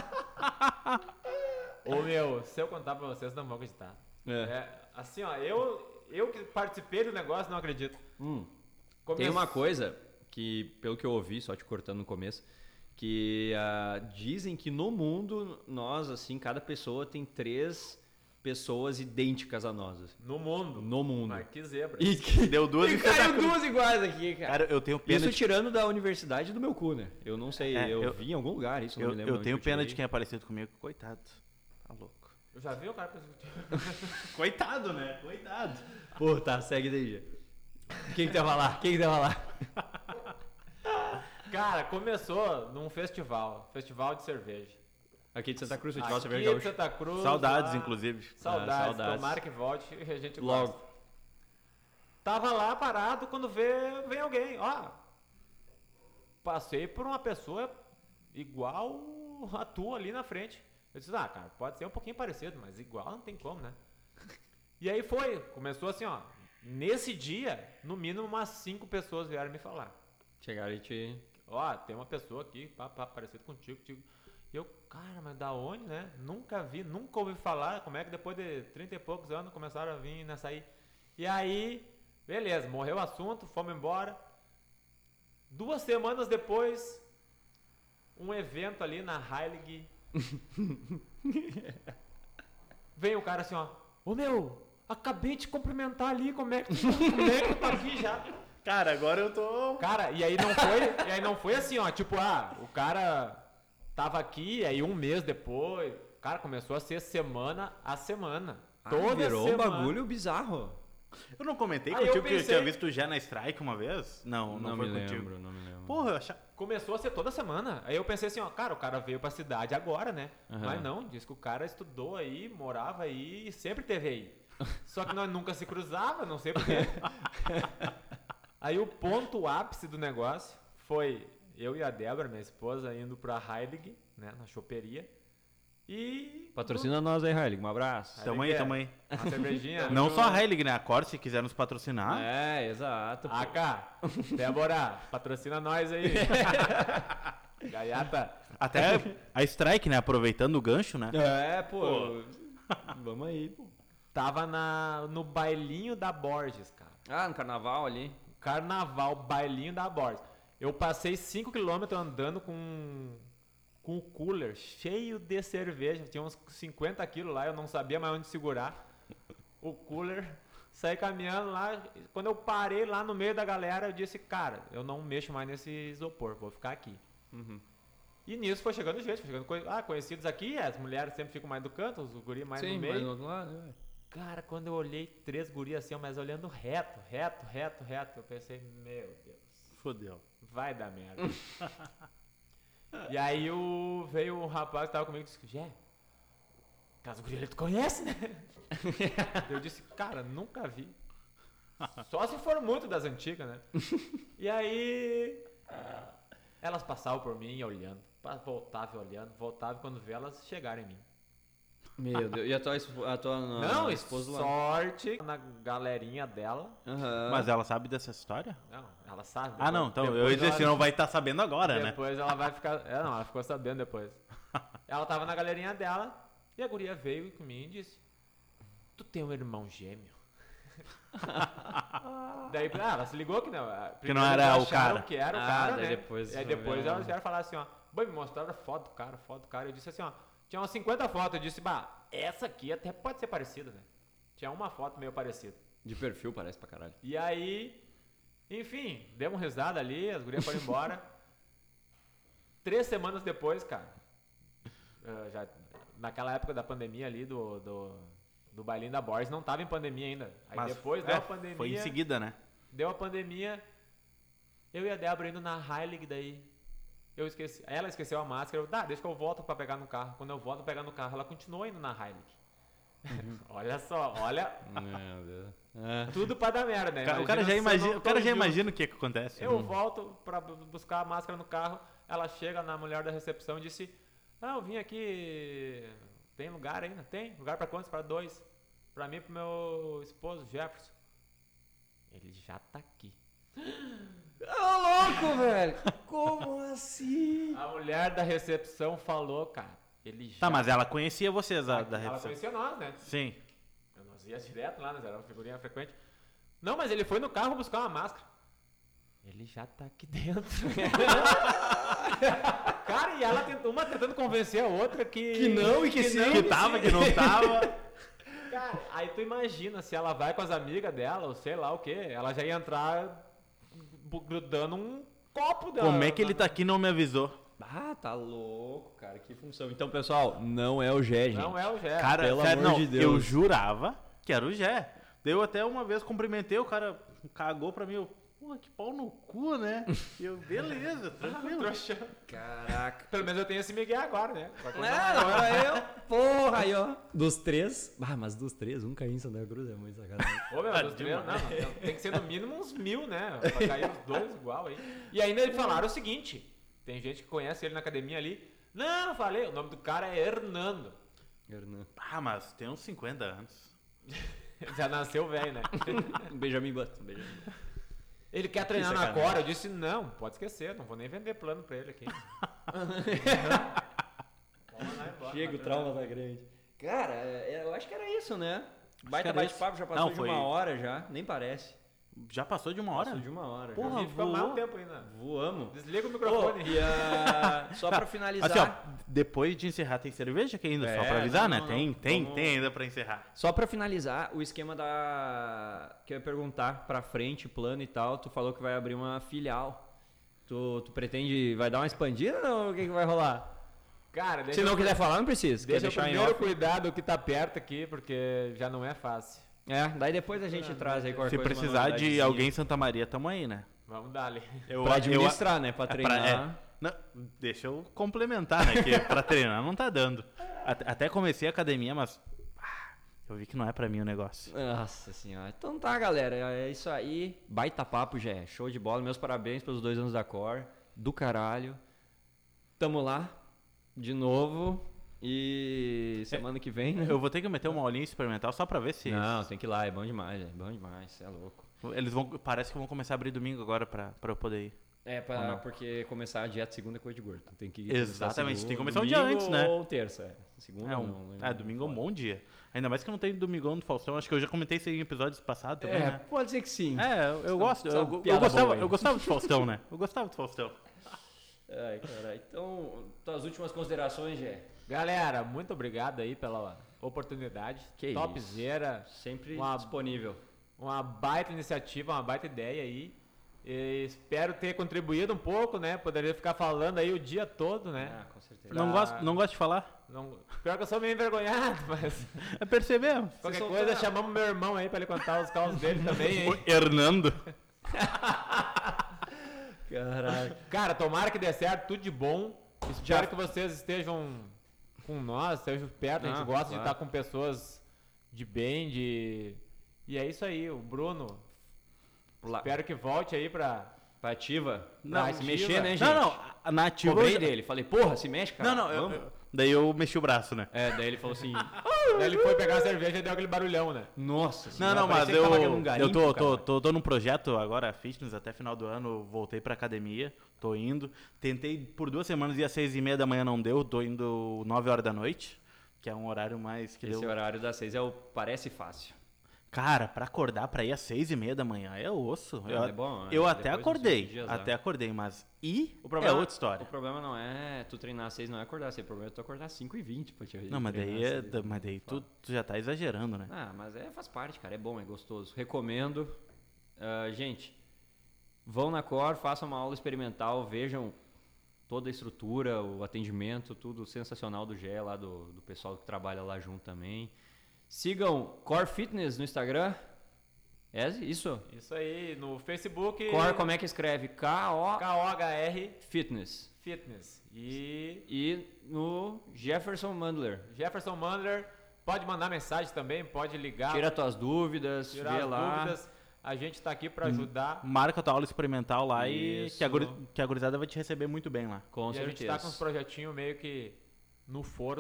Ô meu, se eu contar pra vocês, não vão acreditar. É. É, assim, ó, eu, eu que participei do negócio não acredito. Hum. Come- Tem uma coisa que, pelo que eu ouvi, só te cortando no começo, que ah, dizem que no mundo, nós, assim, cada pessoa tem três pessoas idênticas a nós. assim, No mundo. No mundo. Mas que zebra. E que Deu duas e em Santa caiu Cruz. duas iguais aqui, cara. Cara, eu tenho pena Isso de... tirando da universidade do meu cu, né? Eu não sei, É, eu, eu- vi em algum lugar isso, não Eu, me lembro eu onde tenho eu pena tirei. de quem é parecido comigo. Coitado. Tá louco. Eu já vi o cara... Coitado, né? Coitado. Pô, tá, segue daí. Quem que tava lá? Quem que tava lá? Cara, começou num festival. Festival de cerveja. Aqui de Santa Cruz, Festival Aqui Cerveja de Gaúcha. Santa Cruz. Saudades, lá- inclusive. Saudades, Ah, saudades. tomara que volte e a gente Logo. gosta. Tava lá parado quando vê, vem alguém. Ó, passei por uma pessoa igual a tua ali na frente. Eu disse, ah, cara, pode ser um pouquinho parecido, mas igual não tem como, né? E aí foi, começou assim, ó. Nesse dia, no mínimo umas cinco pessoas vieram me falar. Chegaram e te... Ó, tem uma pessoa aqui, pá, pá, parecido contigo, contigo. E eu, cara, mas da onde, né? Nunca vi, nunca ouvi falar. Como é que depois de trinta e poucos anos começaram a vir nessa aí? E aí, beleza, morreu o assunto, fomos embora. Duas semanas depois, um evento ali na Heilig. Vem o cara assim, ó. Ô meu, acabei de cumprimentar ali, como é que tu, como é que tu tá aqui já? Cara, agora eu tô... Cara, e aí não foi, e aí não foi assim, ó, tipo, ah, o cara tava aqui, aí um mês depois, cara, começou a ser semana a semana. Ah, Toda virou um semana. bagulho bizarro. Eu não comentei Aí eu contigo que eu pensei- tinha visto o Gé na strike uma vez? Não, não, Não, foi me contigo. lembro, não me lembro. Porra, eu achava... Começou a ser toda semana. Aí eu pensei assim, ó, cara, o cara veio pra cidade agora, né? Aham. Mas não, diz que o cara estudou aí, morava aí e sempre teve aí. Só que nós nunca se cruzava, não sei porquê. Aí o ponto ápice do negócio foi eu e a Débora, minha esposa, indo pra Heilig, né, na choperia. E... Patrocina nós aí, Heilig. Um abraço. Tamo aí, tamo aí. Uma cervejinha. Não só a Heilig, né? A Corse, se quiser nos patrocinar. É, exato. pô. A K, Débora, patrocina nós aí. Gaiata. Até a strike, né? Aproveitando o gancho, né? É, pô. Vamos aí, pô. Tava na, no bailinho da Borges, cara. Ah, no carnaval ali. Carnaval, bailinho da Borges. Eu passei cinco quilômetros andando com, com o cooler cheio de cerveja. Tinha uns cinquenta quilos lá, eu não sabia mais onde segurar. O cooler, saí caminhando lá. Quando eu parei lá no meio da galera, eu disse, cara, eu não mexo mais nesse isopor, vou ficar aqui. Uhum. E nisso foi chegando gente, foi chegando coi- ah, conhecidos aqui, as mulheres sempre ficam mais do canto, os guri mais Sim, no meio. mas no outro lado, né? Cara, quando eu olhei três gurias assim, ó, mas olhando reto, reto, reto, reto, eu pensei, meu Deus, Fodeu. vai dar merda. E aí o, veio um rapaz que tava comigo e disse, Gé, aquelas gurias ali tu conhece, né? Eu disse, cara, nunca vi. Só se for muito das antigas, né? E aí elas passavam por mim olhando, pa- voltavam olhando, voltavam e quando vê elas chegaram em mim. Meu Deus. E a tua, espo- a tua a Não, esposa lá? sorte na galerinha dela. Aham. Mas ela sabe dessa história? Não, ela sabe. Ah, não. Então, eu depois ia dizer, ela- senão vai estar sabendo agora, né? Depois ela vai ficar. É, não, ela ficou sabendo depois. Ela tava na galerinha dela e a guria veio comigo e disse: Tu tem um irmão gêmeo? Daí, ah, ela se ligou que não. Que não era eles o acharam cara. que era o Ah, cara, daí né? depois e aí foi depois ver, elas né? vieram falar assim: ó, bem, me mostraram foto do cara, foto do cara. Eu disse assim: ó, tinha umas cinquenta fotos. Eu disse: bah, essa aqui até pode ser parecida, né? Tinha uma foto meio parecida. De perfil parece pra caralho. E aí, enfim, demos risada ali, as gurias foram embora. Três semanas depois, cara, eh, já, naquela época da pandemia ali, do, do, do bailinho da Borges, não tava em pandemia ainda. Aí Mas, depois é, deu a pandemia, Foi em seguida, né? deu a pandemia, eu e a Débora indo na Heilig daí. Eu esqueci, ela esqueceu a máscara, eu, dá, deixa que eu volto pra pegar no carro. Quando eu volto pra pegar no carro, ela continuou indo na Heilig. Olha só, olha, Meu Deus. É. tudo pra dar merda, né? O cara- o cara já se eu imagina, não o cara tô já junto. imagina o que, que acontece. Eu volto pra bu- buscar a máscara no carro. Ela chega na mulher da recepção e disse: Ah, eu vim aqui. Tem lugar ainda? Tem? Lugar pra quantos? Pra dois. Pra mim e pro meu esposo, Jefferson. Ele já tá aqui. Ô, louco, velho! Como assim? A mulher da recepção falou, cara. Ele já... Tá, mas ela conhecia vocês, a, da Ela recepção. conhecia nós, né? Sim. Nós ia direto lá, nós era uma figurinha frequente. Não, mas ele foi no carro buscar uma máscara. Ele já tá aqui dentro. Cara, e ela tentou, uma tentando convencer a outra que... Que não e que sim. Que tava, que não tava. Cara, aí tu imagina, se ela vai com as amigas dela, ou sei lá o quê, ela já ia entrar bu- grudando um copo dela. Como é que ele tá aqui e não me avisou? Ah, tá louco, cara. Que função. Então, pessoal, não é o Gé, gente. Não é o Gé. Cara, pelo sério, amor não, de Deus. eu jurava que era o Gé. Eu até uma vez cumprimentei, o cara cagou pra mim, eu, pô, que pau no cu, né? E eu, beleza, tranquilo. Trouxa. Caraca. Pelo menos eu tenho esse Miguel agora, né? Vai Não, continuar. não era eu. Porra, aí, ó. Dos três. Ah, mas dos três, um cair em Santa Cruz é muito sacanagem. Ô, meu, Ah, dos três, não, demais. não, tem que ser no mínimo uns mil, né? Pra cair os dois igual aí. E ainda eles falaram o seguinte: tem gente que conhece ele na academia ali. Não, eu falei, o nome do cara é Hernando. Hernan. Ah, mas tem uns cinquenta anos. Já nasceu velho, né? Benjamin Button. Benjamin Button. Ele quer treinar Que na sacanagem. Cora. Eu disse, não, pode esquecer, não vou nem vender plano pra ele aqui. Vamos lá embora, Chega, o vai trauma da grande. Cara, é, eu acho que era isso, né? Baita era bate-papo, já passou Não, de foi- uma hora já. Nem parece. Já passou de uma hora? Passou de uma hora. Porra, treinar. E ficou mais um voou. tempo ainda. Voamos. Desliga o Pô, microfone. e a... Só pra finalizar... Assim, ó, depois de encerrar tem cerveja aqui ainda, só É, pra avisar, não, né? não, tem, não. tem, Vamos- tem ainda pra encerrar. Só pra finalizar, o esquema da... Que eu ia perguntar pra frente, plano e tal, tu falou que vai abrir uma filial. Tu, tu pretende... Vai dar uma expandida ou o que, que vai rolar? Cara, deixa Se não eu, quiser falar, não precisa. Quer deixa eu deixar em primeiro off? cuidar do que tá perto aqui, porque já não é fácil. É, daí depois a gente traz aí qualquer Se coisa. uma precisar de novidadezinha. alguém em Santa Maria, tamo aí, né? Vamos dar ali. Eu, Pra eu- administrar, né? Pra é pra- treinar. é. Não, deixa eu complementar, né? Que pra treinar não tá dando. Até, até comecei a academia, mas ah, eu vi que não é pra mim o negócio. Nossa senhora. Então tá, galera. É isso aí. Baita papo, já é. Show de bola. Meus parabéns pelos dois anos da Cor. Do caralho. Tamo lá. De novo. E semana que vem, né? Eu vou ter que meter uma aulinha experimental só pra ver se Não, tem que ir lá. É bom demais, é bom demais. Cê é louco. eles vão. Parece que vão começar a abrir domingo agora pra, pra eu poder ir. É, Ou pra, não? porque começar a dieta segunda é coisa de gordo. Tem que Exatamente, começar tem que segunda- começar um dia domingo antes, né? Ou terça, é. Segunda É, não. um, né? é domingo é um bom dia. Ainda mais que não tem domingão do Faustão. Acho que eu já comentei isso em episódios passados também, É, né? pode ser que sim. É, eu, eu gosto. essa Eu, eu, piada gostava, boa aí. eu gostava do Faustão, né? Eu gostava do Faustão. Ai, caralho. Então, tuas últimas considerações, Gé? Galera, muito obrigado aí pela oportunidade. Que Topzera. Sempre Uma- disponível. Uma baita iniciativa, uma baita ideia aí. E espero ter contribuído um pouco, né? Poderia ficar falando aí o dia todo, né? Ah, com certeza. Pra- Não, gosto, não gosto de falar. Não, pior que eu sou meio envergonhado, mas É percebemos. qualquer soltar- coisa chamamos meu irmão aí pra ele contar os causos dele também, hein? O Hernando. Caralho. Cara, tomara que dê certo, tudo de bom. Espero que vocês estejam com nós, estejam perto. A gente Ah, gosta de claro. estar com pessoas de bem, de... E é isso aí, o Bruno. Lá. Espero que volte aí pra... Pra ativa? Não, Vai se ativa. mexer, né, gente? Não, não. a- Na ativa. Cobrei eu já- dele. Falei, porra, se mexe, cara. Não, não. Eu, Vamos? eu- daí eu mexi o braço, né? É, daí ele falou assim, Daí ele foi pegar a cerveja e deu aquele barulhão, né? nossa Não, senhora, não, mas parecia que eu, tava num eu garimpo, tô, tô, cara. tô, tô num projeto agora, fitness, até final do ano, voltei pra academia, tô indo. Tentei por duas semanas ir às seis e meia da manhã, não deu, tô indo nove horas da noite, que é um horário mais que Esse deu. horário das seis é o parece fácil. Cara, pra acordar pra ir às seis e meia da manhã é osso. Não, eu é bom, eu é, até depois acordei, dos dias lá. até acordei, mas ir O problema, é outra história. O problema não é tu treinar às seis, não é acordar às seis. O problema é tu acordar às cinco e vinte pra te Não, mas treinar daí, às é, seis. mas daí tu, tu já tá exagerando, né? Ah, mas é, faz parte, cara. É bom, é gostoso. Recomendo. Ah, gente, vão na Cor, façam uma aula experimental, vejam toda a estrutura, o atendimento, tudo sensacional do Gé, lá do, do pessoal que trabalha lá junto também. Sigam Core Fitness no Instagram. É isso? Isso aí, no Facebook... Core, como é que escreve? K O K O H R Fitness. Fitness. E E no Jefferson Mandler. Jefferson Mandler, pode mandar mensagem também, pode ligar, Tira tuas dúvidas, tirar vê as lá. dúvidas. A gente tá aqui pra ajudar. Marca tua aula experimental lá e Isso. que a, guri- que a gurizada vai te receber muito bem lá. Com e a gente certeza. tá com uns projetinhos meio que no forno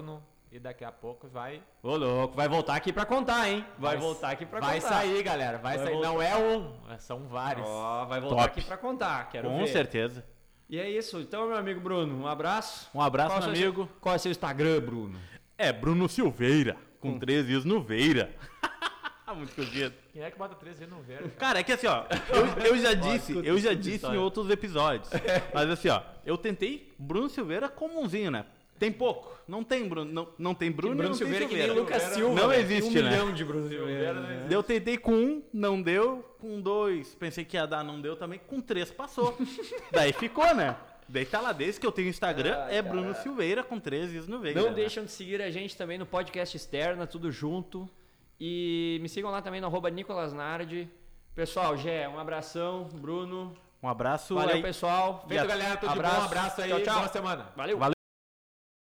e daqui a pouco vai... Ô, louco, vai voltar aqui pra contar, hein? Vai, Vai- voltar aqui pra Vai contar. sair, galera, vai, Vai sair. voltar. Não é um, são vários. Ó, vai voltar Top. aqui pra contar, quero Com ver. certeza. E é isso. Então, meu amigo Bruno, um abraço. Um abraço, Qual meu é o seu- amigo. Qual é seu Instagram, Bruno? É Bruno Silveira, com Hum. três i's no Veira. Muito cozido. Quem é que bota três vezes no verde? cara? Cara, é que assim, ó, eu, eu já disse, escuta, eu já escuta a disse em história. outros episódios. Mas assim, ó, eu tentei Bruno Silveira comunzinho, né? Tem pouco. Não tem Bruno, não, não tem Bruno, Bruno não Silveira tem que nem Silveira. Lucas Silveira Silva. não né? existe, Tem um né? milhão de Bruno Silveira. Silveira né? não existe. Daí eu tentei com um, não deu. Com dois, pensei que ia dar, não deu também. Com três, passou. Daí ficou, né? Daí tá lá, desde que eu tenho Instagram, Ah, é cara. Bruno Silveira com três i's no Veira. Não né? deixam de seguir a gente também no podcast Externa, tudo junto. E me sigam lá também no arroba Nicolas Nardi. Pessoal, Gé, um abração. Bruno, Um abraço valeu, aí. pessoal. Feito, a- galera, tudo de bom, um abraço aí, Tchau, tchau. boa semana. Valeu. Valeu.